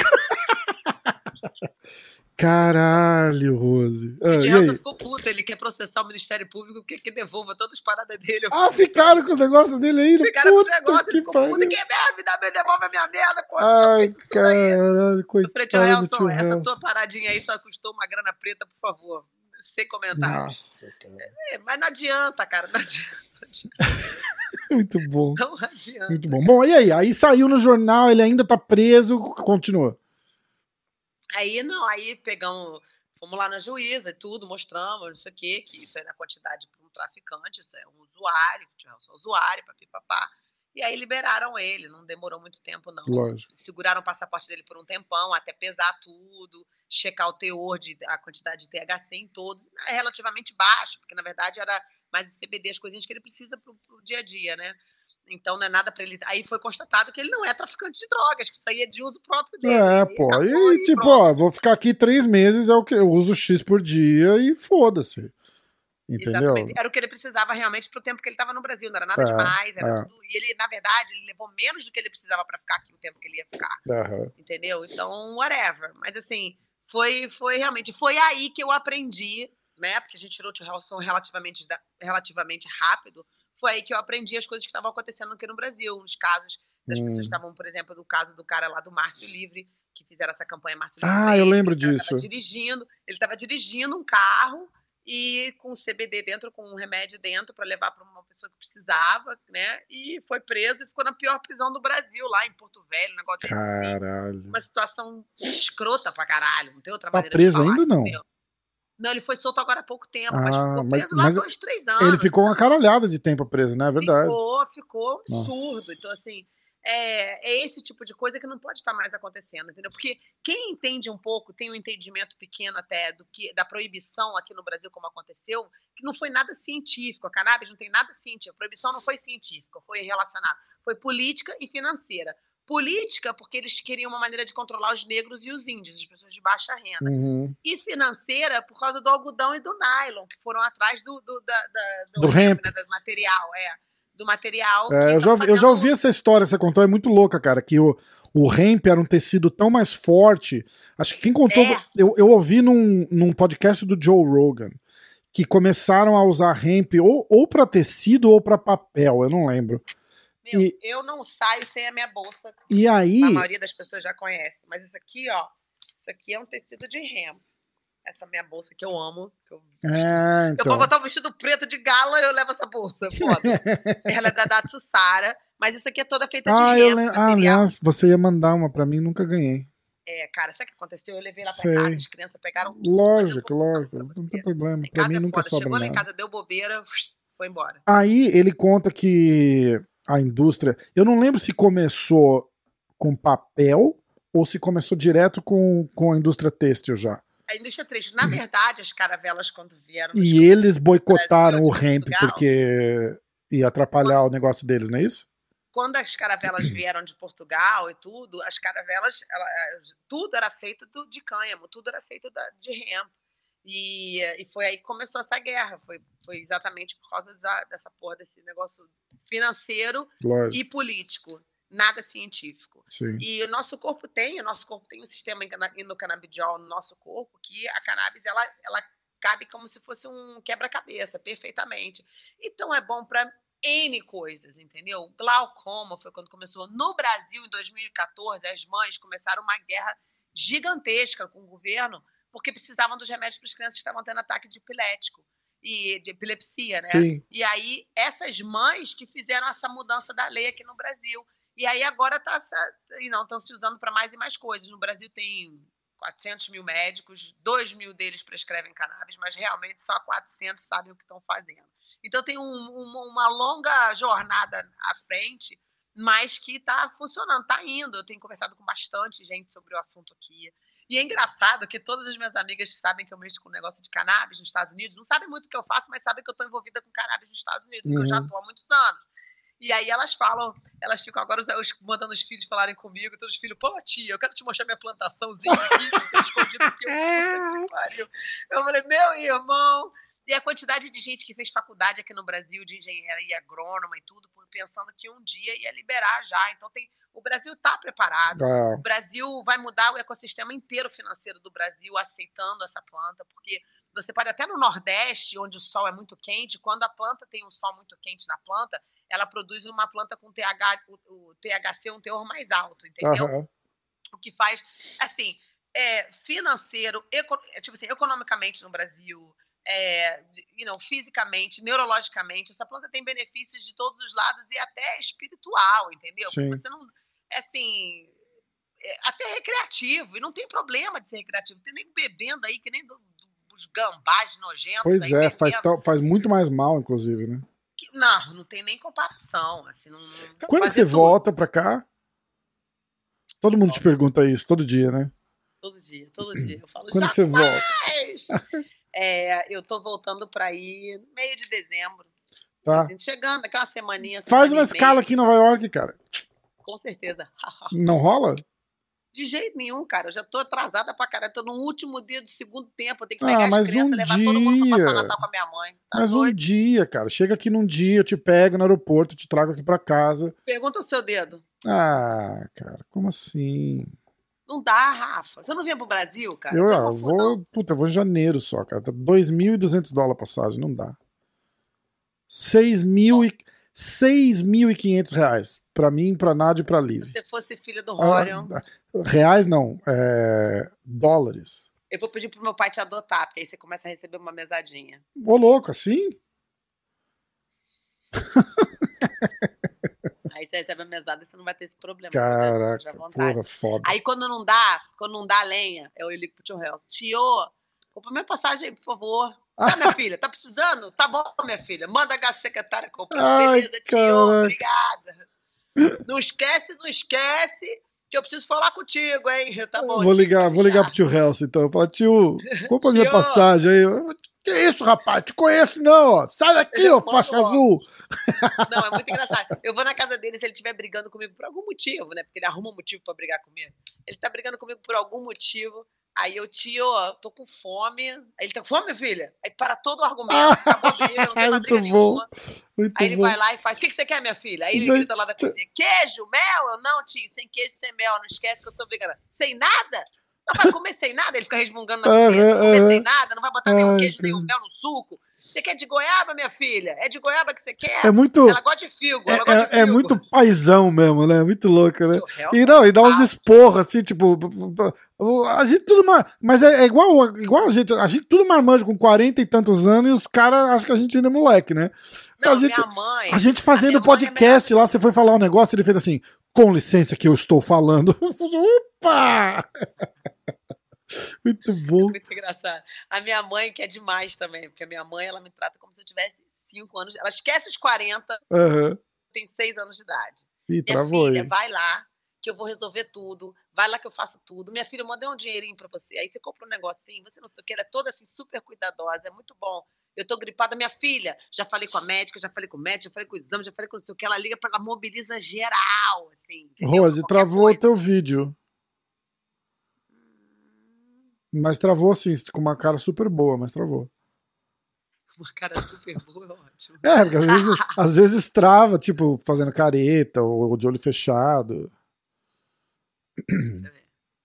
Caralho, Rose. O Edilson ficou puto, ele quer processar o Ministério Público, quer que devolva todas as paradas dele. Ficaram com os negócios dele ainda? Ficaram com os negócios, ele ficou puto, que merda, devolve a minha merda, pô. Ai, caralho, coitado. Eu falei, tio Helson, essa tua paradinha aí só custou uma grana preta, por favor. Sem comentários. Nossa, cara. Mas não adianta, cara, não adianta. Muito bom. Não adianta. Muito bom. Bom, e aí? Aí saiu no jornal, ele ainda tá preso, continua. Aí fomos lá na juíza e tudo, mostramos, não sei o quê, que isso aí na quantidade para um traficante, isso é um usuário, tinha só usuário, papipapá. E aí liberaram ele, não demorou muito tempo, não. Lógico. Seguraram o passaporte dele por um tempão, até pesar tudo, checar o teor, a quantidade de THC em todos. É relativamente baixo, porque na verdade era mais o CBD, as coisinhas que ele precisa pro dia a dia, né? Então não é nada pra ele. Aí foi constatado que ele não é traficante de drogas, que isso aí é de uso próprio dele. Pô. E tipo, vou ficar aqui 3 meses, é o que eu uso X por dia e foda-se. Entendeu? Exatamente. Era o que ele precisava realmente pro tempo que ele estava no Brasil, não era nada demais. Era tudo. E ele, na verdade, ele levou menos do que ele precisava pra ficar aqui o tempo que ele ia ficar. Entendeu? Então, whatever. Mas assim, foi realmente. Foi aí que eu aprendi, né? Porque a gente tirou o tio Helson relativamente rápido. Foi aí que eu aprendi as coisas que estavam acontecendo aqui no Brasil. Os casos das pessoas que estavam, por exemplo, do caso do cara lá do Márcio Livre, que fizeram essa campanha Márcio Livre. Eu lembro disso. Ele estava dirigindo um carro e com CBD dentro, com um remédio dentro para levar para uma pessoa que precisava, né? E foi preso e ficou na pior prisão do Brasil, lá em Porto Velho, um negócio desse. Caralho. Uma situação escrota pra caralho. Não tem outra maneira de falar. Tá preso ainda, não? Não, ele foi solto agora há pouco tempo, mas ficou preso lá 2, 3 anos. Ele ficou uma caralhada de tempo preso, né? É verdade. Ficou absurdo. Nossa. Então, assim, é esse tipo de coisa que não pode estar mais acontecendo, entendeu? Porque quem entende um pouco, tem um entendimento pequeno até da proibição aqui no Brasil, como aconteceu, que não foi nada científico. A cannabis não tem nada científico. A proibição não foi científica, foi relacionada. Foi política e financeira. Política, porque eles queriam uma maneira de controlar os negros e os índios, as pessoas de baixa renda. Uhum. E financeira, por causa do algodão e do nylon, que foram atrás do hemp, né, do material. Do material. Eu já ouvi essa história que você contou, é muito louca, cara, que o hemp era um tecido tão mais forte. Acho que quem contou. Eu ouvi num podcast do Joe Rogan, que começaram a usar hemp ou para tecido ou para papel, eu não lembro. Meu, eu não saio sem a minha bolsa. E aí... A maioria das pessoas já conhece. Mas isso aqui, ó. Isso aqui é um tecido de hemp. Essa minha bolsa que eu amo. Que eu então. Eu vou botar um vestido preto de gala, eu levo essa bolsa. Foda. Ela é da Datsusara. Mas isso aqui é toda feita de hemp. Aliás, você ia mandar uma pra mim, nunca ganhei. Cara, sabe o que aconteceu? Eu levei lá pra casa, as crianças pegaram tudo. Lógico. Não tem problema. Pra mim nunca sobra Chegou nada. lá em casa, deu bobeira, foi embora. Aí ele conta que a indústria... Eu não lembro se começou com papel ou se começou direto com a indústria têxtil já. A indústria têxtil. Na verdade, as caravelas, quando vieram... E eles boicotaram o hemp porque ia atrapalhar o negócio deles, não é isso? Quando as caravelas vieram de Portugal e tudo, as caravelas, tudo era feito de cânhamo, tudo era feito de hemp. E foi aí que começou essa guerra. Foi exatamente por causa dessa porra, desse negócio financeiro e político. Nada científico. Sim. E o nosso corpo tem um sistema endocanabidiol no nosso corpo que a cannabis, ela cabe como se fosse um quebra-cabeça, perfeitamente. Então é bom para N coisas, entendeu? Glaucoma foi quando começou. No Brasil, em 2014, as mães começaram uma guerra gigantesca com o governo porque precisavam dos remédios para as crianças que estavam tendo ataque de epilético e de epilepsia, né? Sim. E aí, essas mães que fizeram essa mudança da lei aqui no Brasil. E aí agora estão se usando para mais e mais coisas. No Brasil tem 400 mil médicos, 2 mil deles prescrevem cannabis, mas realmente só 400 sabem o que estão fazendo. Então tem uma longa jornada à frente, mas que está funcionando, está indo. Eu tenho conversado com bastante gente sobre o assunto aqui. E é engraçado que todas as minhas amigas que sabem que eu mexo com o negócio de cannabis nos Estados Unidos, não sabem muito o que eu faço, mas sabem que eu estou envolvida com cannabis nos Estados Unidos, porque eu já estou há muitos anos. E aí elas ficam agora mandando os filhos falarem comigo, todos os filhos, pô, tia, eu quero te mostrar minha plantaçãozinha aqui, que tá escondida aqui. Eu falei, meu irmão... E a quantidade de gente que fez faculdade aqui no Brasil de engenharia agrônoma e tudo, pensando que um dia ia liberar já. Então o Brasil está preparado. O Brasil vai mudar o ecossistema inteiro financeiro do Brasil aceitando essa planta, porque você pode até no Nordeste, onde o sol é muito quente, quando a planta tem um sol muito quente na planta, ela produz uma planta com o THC um teor mais alto, entendeu? Uhum. O que faz, assim, financeiro, tipo assim, economicamente no Brasil... fisicamente, neurologicamente, essa planta tem benefícios de todos os lados e até espiritual, entendeu? Sim. Você não, assim, até recreativo, e não tem problema de ser recreativo, não tem nem bebendo aí, que nem dos gambás nojentos. Pois aí, faz muito mais mal, inclusive, né? Não tem nem comparação, assim, não Quando que você volta pra cá? Todo mundo te pergunta isso, todo dia, né? Todo dia. Eu falo, quando que você volta? Eu tô voltando pra aí no meio de dezembro. Tá. Assim, chegando, aquela semaninha. Faz uma escala aqui em Nova York, cara. Com certeza. Não rola? De jeito nenhum, cara. Eu já tô atrasada pra caralho. Tô no último dia do segundo tempo. Eu tenho que pegar as crianças e levar todo mundo pra passar Natal com a minha mãe. Tá mas doido? Um dia, cara. Chega aqui num dia, eu te pego no aeroporto, te trago aqui pra casa. Pergunta o seu dedo. Ah, cara, como assim? Não dá, Rafa. Você não vem pro Brasil, cara? Eu vou em janeiro só, cara. Tá $2.200 a passagem, não dá. 6.500 reais. Pra mim, pra Nádia e pra Liv. Se você fosse filha do Rorion. Reais não, dólares. Eu vou pedir pro meu pai te adotar, porque aí você começa a receber uma mesadinha. Ô, louco, assim? Aí você recebe a mesada e você não vai ter esse problema. Caraca, porra, foda. Aí quando não dá lenha, eu ligo pro tio Helso. Tio, Compra minha passagem aí, por favor. Tá, minha filha? Tá precisando? Tá bom, minha filha. Manda a secretária comprar. Beleza, tio. Obrigada. Não esquece que eu preciso falar contigo, hein? Tá bom, vou ligar pro tio Helson, então. Falar, tio, compra minha passagem aí. Que isso, rapaz? Te conheço não, ó. Sai daqui, ó, faixa azul. Não, é muito engraçado. Eu vou na casa dele se ele estiver brigando comigo por algum motivo, né? Porque ele arruma um motivo pra brigar comigo. Ele tá brigando comigo por algum motivo. Aí eu, tio, ó, tô com fome. Aí ele tá com fome, minha filha? Aí para todo o argumento, acabou a briga, não tem mais briga nenhuma. Aí ele vai lá e faz, o que você quer, minha filha? Aí ele grita lá da cozinha, queijo, mel? Eu, não, tio, sem queijo, sem mel, não esquece que eu sou vegana. Sem nada? Não vai comer sem nada? Ele fica resmungando na cozinha, comer sem nada, não vai botar nenhum queijo, nenhum mel no suco. Você quer de goiaba, minha filha? É de goiaba que você quer? É muito. Ela gosta de figo. É muito paizão mesmo, né? Muito louco, né? E dá uns esporros, assim, tipo. A gente tudo. Mas é igual a gente tudo marmanjo com 40 e tantos anos e os caras acham que a gente ainda é moleque, né? Não, minha mãe. A gente fazendo podcast lá, você foi falar um negócio, ele fez assim: com licença que eu estou falando. Opa! Muito bom. Muito engraçado. A minha mãe, que é demais também, porque a minha mãe, ela me trata como se eu tivesse 5 anos. Ela esquece os 40, tenho 6 anos de idade. Ih, minha filha, vai lá, que eu vou resolver tudo. Vai lá que eu faço tudo. Minha filha, eu mandei um dinheirinho pra você. Aí você compra um negocinho, você não sei o que, ela é toda assim, super cuidadosa, é muito bom. Eu tô gripada, minha filha, já falei com a médica, já falei com o médico, já falei com o exame, já falei com não sei o que, ela liga ela mobiliza geral, assim. Rose, travou o teu vídeo. Mas travou assim, com uma cara super boa, mas travou. Uma cara super boa, é ótimo. Porque às vezes trava, tipo, fazendo careta ou de olho fechado. Deixa eu ver.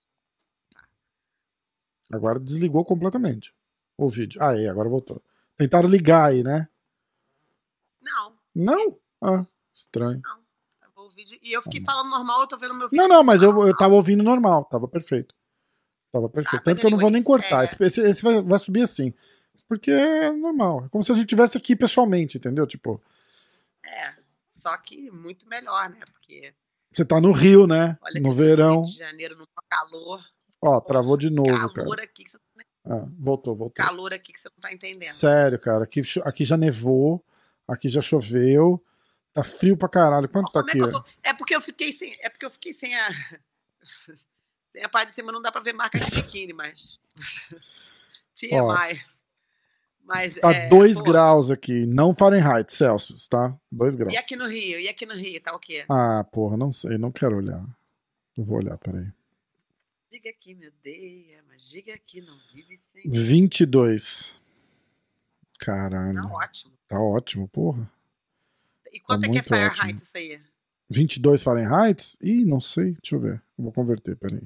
Agora desligou completamente o vídeo. Aí, agora voltou. Tentaram ligar aí, né? Não. Não? Ah, estranho. Não. O vídeo, e eu fiquei falando normal, eu tô vendo meu vídeo. Não, mas eu tava ouvindo normal, tava perfeito. Tava perfeito. Tanto que eu não vou nem cortar. Esse vai subir assim. Porque é normal. É como se a gente estivesse aqui pessoalmente, entendeu? Tipo. Só que muito melhor, né? Porque. Você tá no Rio, né? Olha no verão. Rio de Janeiro, no calor. Ó, travou de novo, cara. Calor aqui que você voltou. Calor aqui que você não tá entendendo. Sério, cara. Aqui já nevou. Aqui já choveu. Tá frio pra caralho. Quanto tá aqui? É porque eu fiquei sem a. Sem a parte de cima não dá pra ver marca de biquíni, mas. TMI. Mas, tá 2 graus aqui, não Fahrenheit, Celsius, tá? 2 graus. E aqui no Rio? Tá o quê? Ah, porra, não sei, não quero olhar. Não vou olhar, peraí. Diga aqui, meu Deus, mas diga aqui, não vive sem. 22. Caralho. Tá ótimo. Tá ótimo, porra. E quanto é que é Fahrenheit isso aí? 22 Fahrenheit? Ih, não sei, deixa eu ver. Eu vou converter, peraí.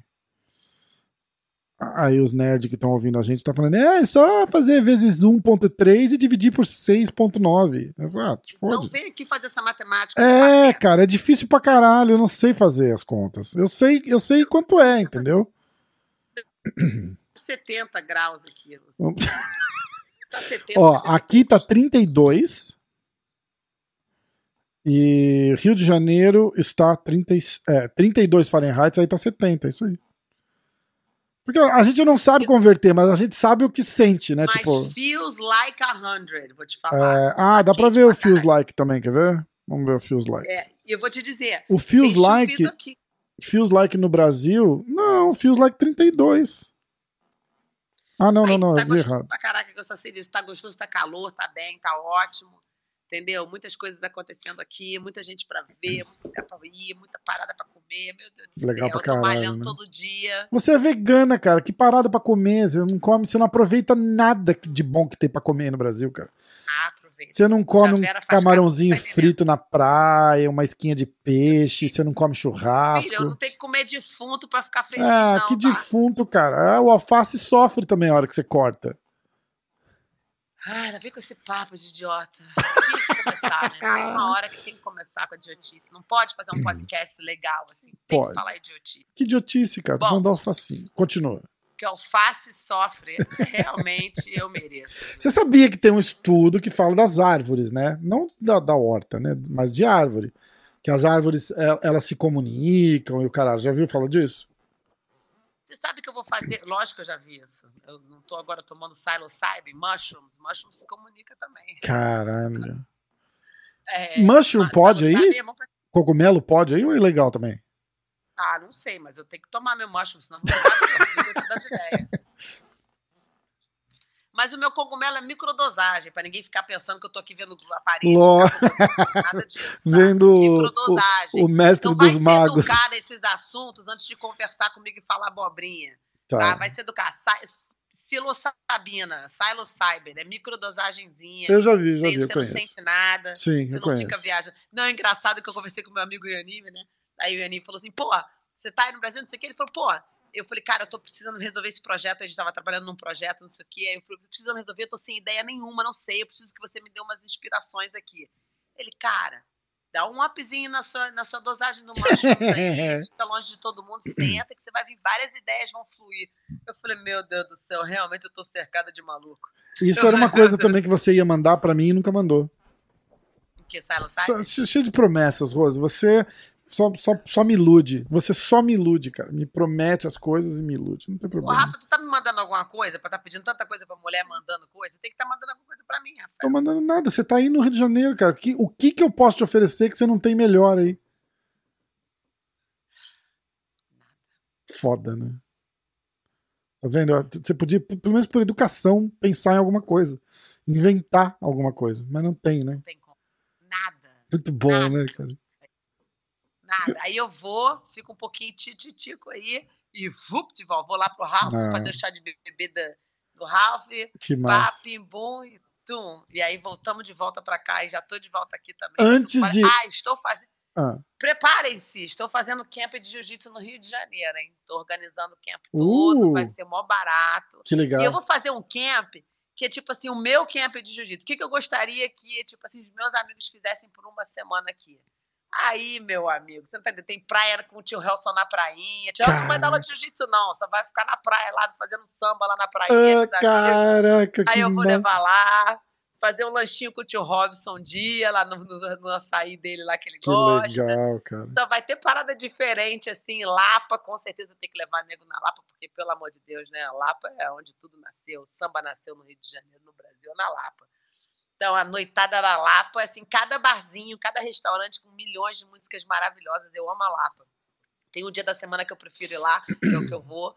Aí os nerds que estão ouvindo a gente tá falando, é só fazer vezes 1.3 e dividir por 6.9. Te fode. Não vem aqui fazer essa matemática. Cara, é difícil pra caralho, eu não sei fazer as contas. Eu sei quanto é, entendeu? 70 graus aqui. Tá 70, ó, aqui tá 32 e Rio de Janeiro está 32 Fahrenheit, aí tá 70, é isso aí. Porque a gente não sabe converter, mas a gente sabe o que sente, né? Mas tipo, feels like 100, vou te falar. Dá pra ver o feels like também, quer ver? Vamos ver o feels like. E eu vou te dizer. O feels like no Brasil, não, feels like 32. Ah, não, tá eu vi errado. Pra caraca, que eu só sei disso. Tá gostoso, tá calor, tá bem, tá ótimo. Entendeu? Muitas coisas acontecendo aqui, muita gente pra ver, muito lugar pra ir, muita parada pra comer. Meu Deus do Legal céu, pra caralho, eu tô malhando né? todo dia. Você é vegana, cara. Que parada pra comer. Você não come, você não aproveita nada de bom que tem pra comer no Brasil, cara. Aproveita. Você não come um camarãozinho frito na praia, uma esquinha de peixe, você não come churrasco. Filha, eu não tenho que comer defunto pra ficar feliz, não. Que defunto, cara. O alface sofre também a hora que você corta. Ainda vem com esse papo de idiota. Tinha que começar, né? Tem uma hora que tem que começar com a idiotice. Não pode fazer um podcast legal, assim. Tem que falar idiotice. Que idiotice, cara. Tô falando do alfacinho. Continua. Que o alface sofre. Realmente eu mereço. Você sabia que tem um estudo que fala das árvores, né? Não da horta, né? Mas de árvore. Que as árvores, elas se comunicam e o caralho. Já ouviu falar disso? Você sabe que eu vou fazer... Lógico que eu já vi isso. Eu não tô agora tomando psilocybin, mushrooms. Mushrooms se comunica também. Caralho. Mushroom pode aí? Cogumelo pode aí ou é ilegal também? Ah, não sei, mas eu tenho que tomar meu mushroom, senão não vai dar ideias. Mas o meu cogumelo é microdosagem, para ninguém ficar pensando que eu tô aqui vendo a parede. Nada disso. Tá? Vendo microdosagem. o mestre dos magos. Vai se educar nesses assuntos antes de conversar comigo e falar abobrinha. Tá? Vai se educar. Psilocybin, é microdosagenzinha. Eu já vi, Você não sente nada. Sim, você não fica viajando. Não, é engraçado que eu conversei com meu amigo Yanime, né? Aí o Yanime falou assim, pô, você tá aí no Brasil, não sei o que. Ele falou, pô, eu falei, cara, eu tô precisando resolver esse projeto. A gente tava trabalhando num projeto, não sei o que. Aí eu falei, tô precisando resolver, eu tô sem ideia nenhuma, não sei. Eu preciso que você me dê umas inspirações aqui. Ele, cara, dá um upzinho na sua dosagem do mushroom aí, fica longe de todo mundo, senta que você vai vir, várias ideias vão fluir. Eu falei, meu Deus do céu, realmente eu tô cercada de maluco. Isso era uma coisa também que você ia mandar pra mim e nunca mandou. O que, psilocybin? Cheio de promessas, Rose. Você só me ilude. Você só me ilude, cara. Me promete as coisas e me ilude. Não tem problema. Ô, Rafa, tu tá me mandando alguma coisa pra tá pedindo tanta coisa pra mulher mandando coisa? Você tem que tá mandando alguma coisa pra mim, Rafa. Tô mandando nada. Você tá aí no Rio de Janeiro, cara. O que eu posso te oferecer que você não tem melhor aí? Foda, né? Tá vendo? Você podia, pelo menos por educação, pensar em alguma coisa. Inventar alguma coisa. Mas não tem, né? Não tem como. Nada. Muito bom, nada. Né, cara? Nada. Aí eu vou, fico um pouquinho titico aí e de volta. Vou lá pro Ralph, fazer o chá de bebê do Ralph. Que massa. Pim, bum e tum. E aí voltamos de volta pra cá e já tô de volta aqui também. Antes de... estou fazendo... Preparem-se, estou fazendo camp de jiu-jitsu no Rio de Janeiro, hein? Tô organizando o camp todo, vai ser mó barato. Que legal. E eu vou fazer um camp que é tipo assim, o meu camp de jiu-jitsu. O que eu gostaria que, tipo assim, os meus amigos fizessem por uma semana aqui? Aí, meu amigo, você não tá entendendo? Tem praia com o tio Helson na prainha. Tio Helson não vai dar aula de jiu-jitsu, não. Só vai ficar na praia lá, fazendo samba lá na prainha. Caraca, aí eu vou levar lá, fazer um lanchinho com o tio Robson um dia, lá no açaí dele lá que ele gosta. Que legal, cara. Então vai ter parada diferente, assim, Lapa, com certeza tem que levar nego na Lapa, porque, pelo amor de Deus, né? A Lapa é onde tudo nasceu. O samba nasceu no Rio de Janeiro, no Brasil, na Lapa. Então, a noitada da Lapa, assim, cada barzinho, cada restaurante com milhões de músicas maravilhosas. Eu amo a Lapa. Tem um dia da semana que eu prefiro ir lá, que é o que eu vou.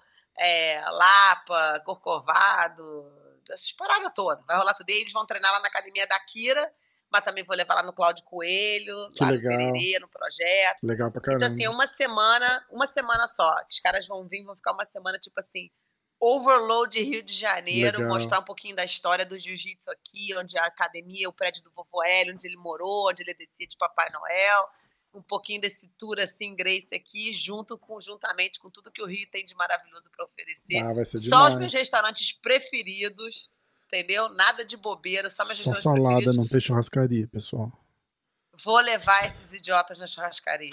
Lapa, Corcovado, essas paradas todas. Vai rolar tudo. E eles vão treinar lá na academia da Kira, mas também vou levar lá no Cláudio Coelho, que lá legal. no Pererê, no projeto. Legal pra caramba. Então, assim, uma semana só. Os caras vão vir, vão ficar uma semana, tipo assim, overload Rio de Janeiro, legal. Mostrar um pouquinho da história do jiu-jitsu aqui, onde a academia, o prédio do vovô Hélio, onde ele morou, onde ele descia de Papai Noel, um pouquinho desse tour assim, Grace aqui, juntamente com tudo que o Rio tem de maravilhoso para oferecer. Vai ser só demais. Os meus restaurantes preferidos, entendeu? Nada de bobeira, só meus restaurantes salada, preferidos. Não tem churrascaria, pessoal. Vou levar esses idiotas na churrascaria.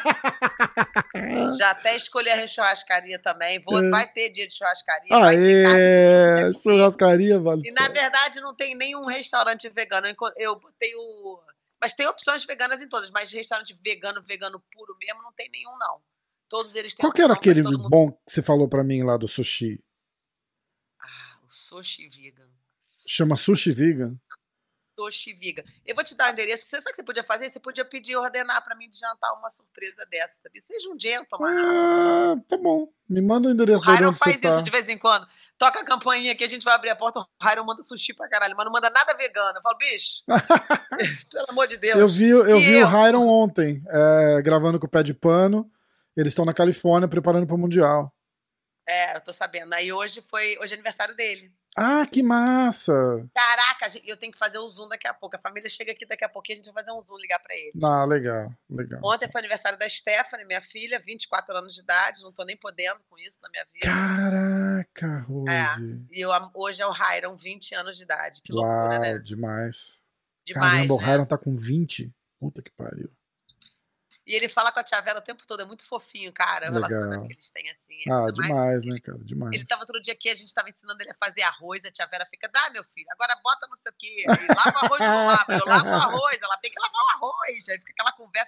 Já até escolhi a churrascaria também. Vai ter dia de churrascaria. Churrascaria, vale. E na verdade não tem nenhum restaurante vegano. Eu botei Mas tem opções veganas em todas, mas restaurante vegano puro mesmo, não tem nenhum, não. Todos eles têm. Qual que era aquele bom que você falou pra mim lá do sushi? O sushi vegan. Chama sushi vegan? Sushi vegan. Eu vou te dar o endereço. Você sabe o que você podia fazer? Você podia pedir, ordenar pra mim de jantar uma surpresa dessa, sabe? Seja um gentleman. Tá bom. Me manda o endereço. O Hiron faz isso de vez em quando. Toca a campainha que a gente vai abrir a porta, o Hiron manda sushi pra caralho, mas não manda nada vegano. Eu falo, bicho, pelo amor de Deus. Eu vi o Hiron ontem, gravando com o Pé de Pano. Eles estão na Califórnia preparando pro Mundial. Eu tô sabendo. Aí hoje é aniversário dele. Ah, que massa! Caraca, eu tenho que fazer o Zoom daqui a pouco. A família chega aqui daqui a pouquinho, a gente vai fazer um Zoom, ligar pra ele. Legal. Ontem foi aniversário da Stephanie, minha filha, 24 anos de idade, não tô nem podendo com isso na minha vida. Caraca, Rose. E hoje é o Hiron, 20 anos de idade. Que loucura, né? Demais. Caramba, né? O Hiron tá com 20. Puta que pariu. E ele fala com a tia Vera o tempo todo, é muito fofinho, cara, o relacionamento que eles têm, assim. Demais, né, cara, demais. Ele tava outro dia aqui, a gente tava ensinando ele a fazer arroz, a tia Vera fica, meu filho, agora bota não sei o quê, lava o arroz, eu lavo o arroz, ela tem que lavar o arroz, aí fica aquela conversa de família.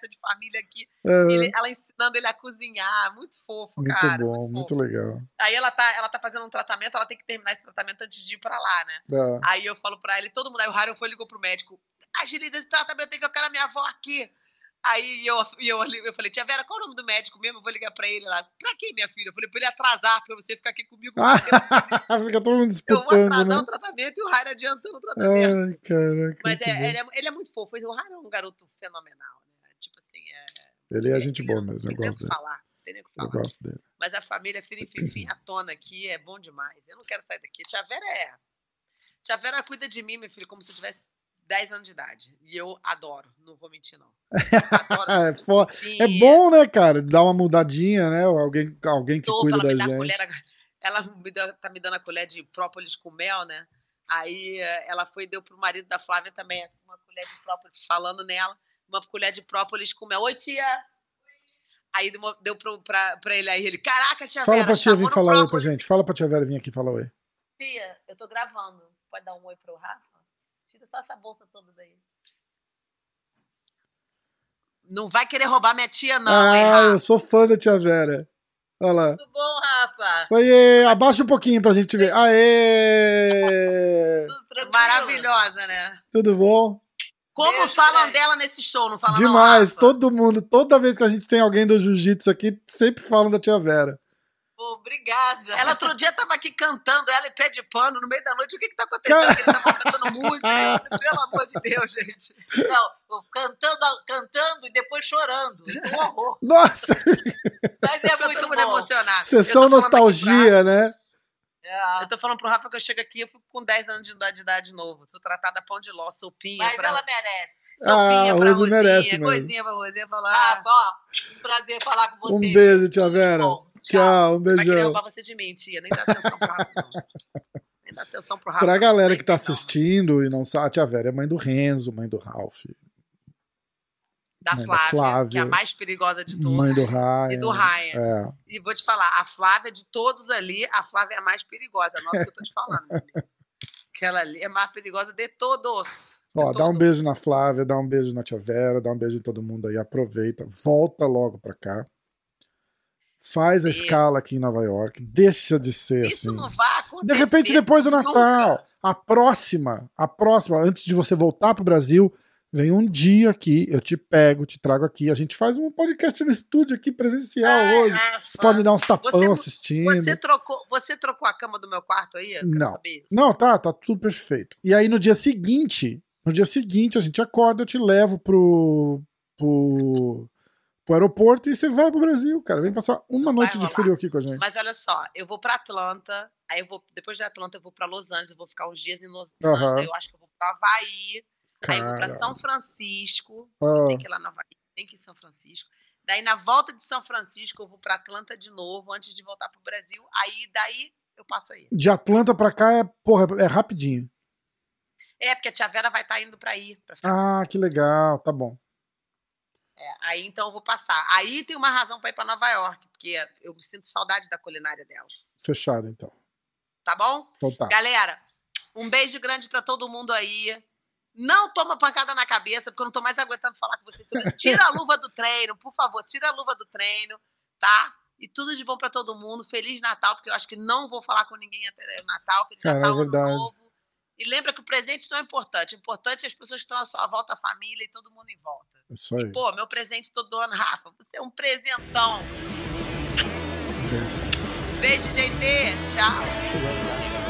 família aqui. Ela ensinando ele a cozinhar. Muito fofo, muito cara. Bom, muito legal. Aí ela tá fazendo um tratamento, ela tem que terminar esse tratamento antes de ir pra lá, né? Aí eu falo pra ele, todo mundo. Aí o Harold ligou pro médico. Agiliza esse tratamento, tem que eu quero a minha avó aqui. Aí eu falei, tia Vera, qual é o nome do médico mesmo? Eu vou ligar pra ele lá. Pra quem, minha filha? Eu falei, pra ele atrasar, pra você ficar aqui comigo. Fica todo mundo disputando, eu vou atrasar, né? o tratamento e o Harold adiantando o tratamento. Ai, caraca. Mas ele é muito fofo. O Harold é um garoto fenomenal, né? Tipo assim, ele é gente boa mesmo, eu gosto dele. Não tem nem o que falar. Eu gosto dele. Mas a família Firim à tona aqui é bom demais. Eu não quero sair daqui. Tia Vera cuida de mim, meu filho, como se eu tivesse 10 anos de idade. E eu adoro, não vou mentir, não. Adoro. É bom, né, cara? Dar uma mudadinha, né? Alguém que cuida da gente. Ela tá me dando a colher de própolis com mel, né? Aí ela deu pro marido da Flávia também uma colher de própolis, falando nela, uma colher de própolis com mel. Oi, tia! Aí deu pra ele aí, ele, caraca, tia Vera. Fala pra tia vir falar oi pra gente. Fala pra tia Vera vir aqui falar oi. Tia, eu tô gravando. Você pode dar um oi pro Rafa? Tira só essa bolsa toda daí. Não vai querer roubar minha tia, não, hein, Rafa? Eu sou fã da tia Vera. Olha lá. Tudo bom, Rafa? Oiê, abaixa um pouquinho pra gente ver. Aê! Maravilhosa, né? Tudo bom? Como falam dela nesse show, não falam demais, não, todo mundo, toda vez que a gente tem alguém do jiu-jitsu aqui, sempre falam da tia Vera. Obrigada. Ela outro dia tava aqui cantando, ela e pé de pano, no meio da noite. O que tá acontecendo? Eles estavam cantando música. Pelo amor de Deus, gente. Não, cantando e depois chorando. Um horror. Nossa! Mas é muito bom. Emocionado. Sessão nostalgia, né? Eu tô falando pro Rafa que eu chego aqui, eu fico com 10 anos de idade de novo. Sou tratada pão de ló, sopinha. Mas ela merece. Sopinha pra Rosinha, merece coisinha pra Rosinha falar. Um prazer falar com você. Um beijo, tia Vera. Tchau, um beijão. Vai querer roubar você de mim, tia. Nem dá atenção pro Rafa, não. Nem dá atenção pro Rafa. Pra galera que tá assistindo e não sabe, a tia Vera é mãe do Renzo, mãe do Ralph. Da Flávia, que é a mais perigosa de todas. Mãe do Ryan. E do Ryan. E vou te falar, a Flávia, de todos ali, a Flávia é a mais perigosa. Nossa, que eu tô te falando, meu amigo. Aquela ali é mais perigosa de todos. Dá um beijo na Flávia, dá um beijo na tia Vera, dá um beijo em todo mundo aí. Aproveita, volta logo pra cá. Faz a escala aqui em Nova York. Deixa de ser Isso assim. Não vai acontecer. De repente, depois do Natal. A próxima, antes de você voltar pro Brasil, vem um dia aqui, eu te pego, te trago aqui. A gente faz um podcast no estúdio aqui, presencial hoje. Você pode me dar uns tapão assistindo. Você trocou a cama do meu quarto aí? Não, tá tudo perfeito. E aí no dia seguinte a gente acorda, eu te levo pro aeroporto e você vai pro Brasil, cara. Vem passar uma noite de frio aqui com a gente. Mas olha só, eu vou pra Atlanta, aí depois de Atlanta eu vou pra Los Angeles, eu vou ficar uns dias em Los Angeles, aí eu acho que eu vou pra Havaí. Aí eu vou pra São Francisco. Tem que ir lá na Havaí, tem que ir em São Francisco. Daí, na volta de São Francisco, eu vou pra Atlanta de novo, antes de voltar pro Brasil. Daí eu passo aí. De Atlanta pra cá é rapidinho. Porque a tia Vera vai estar indo pra aí. Que legal, tá bom. Aí então eu vou passar. Aí tem uma razão pra ir pra Nova York, porque eu sinto saudade da culinária dela. Fechado, então. Tá bom? Então tá. Galera, um beijo grande pra todo mundo aí. Não toma pancada na cabeça, porque eu não tô mais aguentando falar com vocês sobre isso. Tira a luva do treino, por favor, tira a luva do treino, tá? E tudo de bom pra todo mundo. Feliz Natal, porque eu acho que não vou falar com ninguém até o Natal. Feliz Natal, Ano Novo. E lembra que o presente não é importante. O importante é as pessoas que estão à sua volta, a família e todo mundo em volta. Isso aí. E, meu presente todo ano, Rafa, você é um presentão. Beijo, gente. Tchau.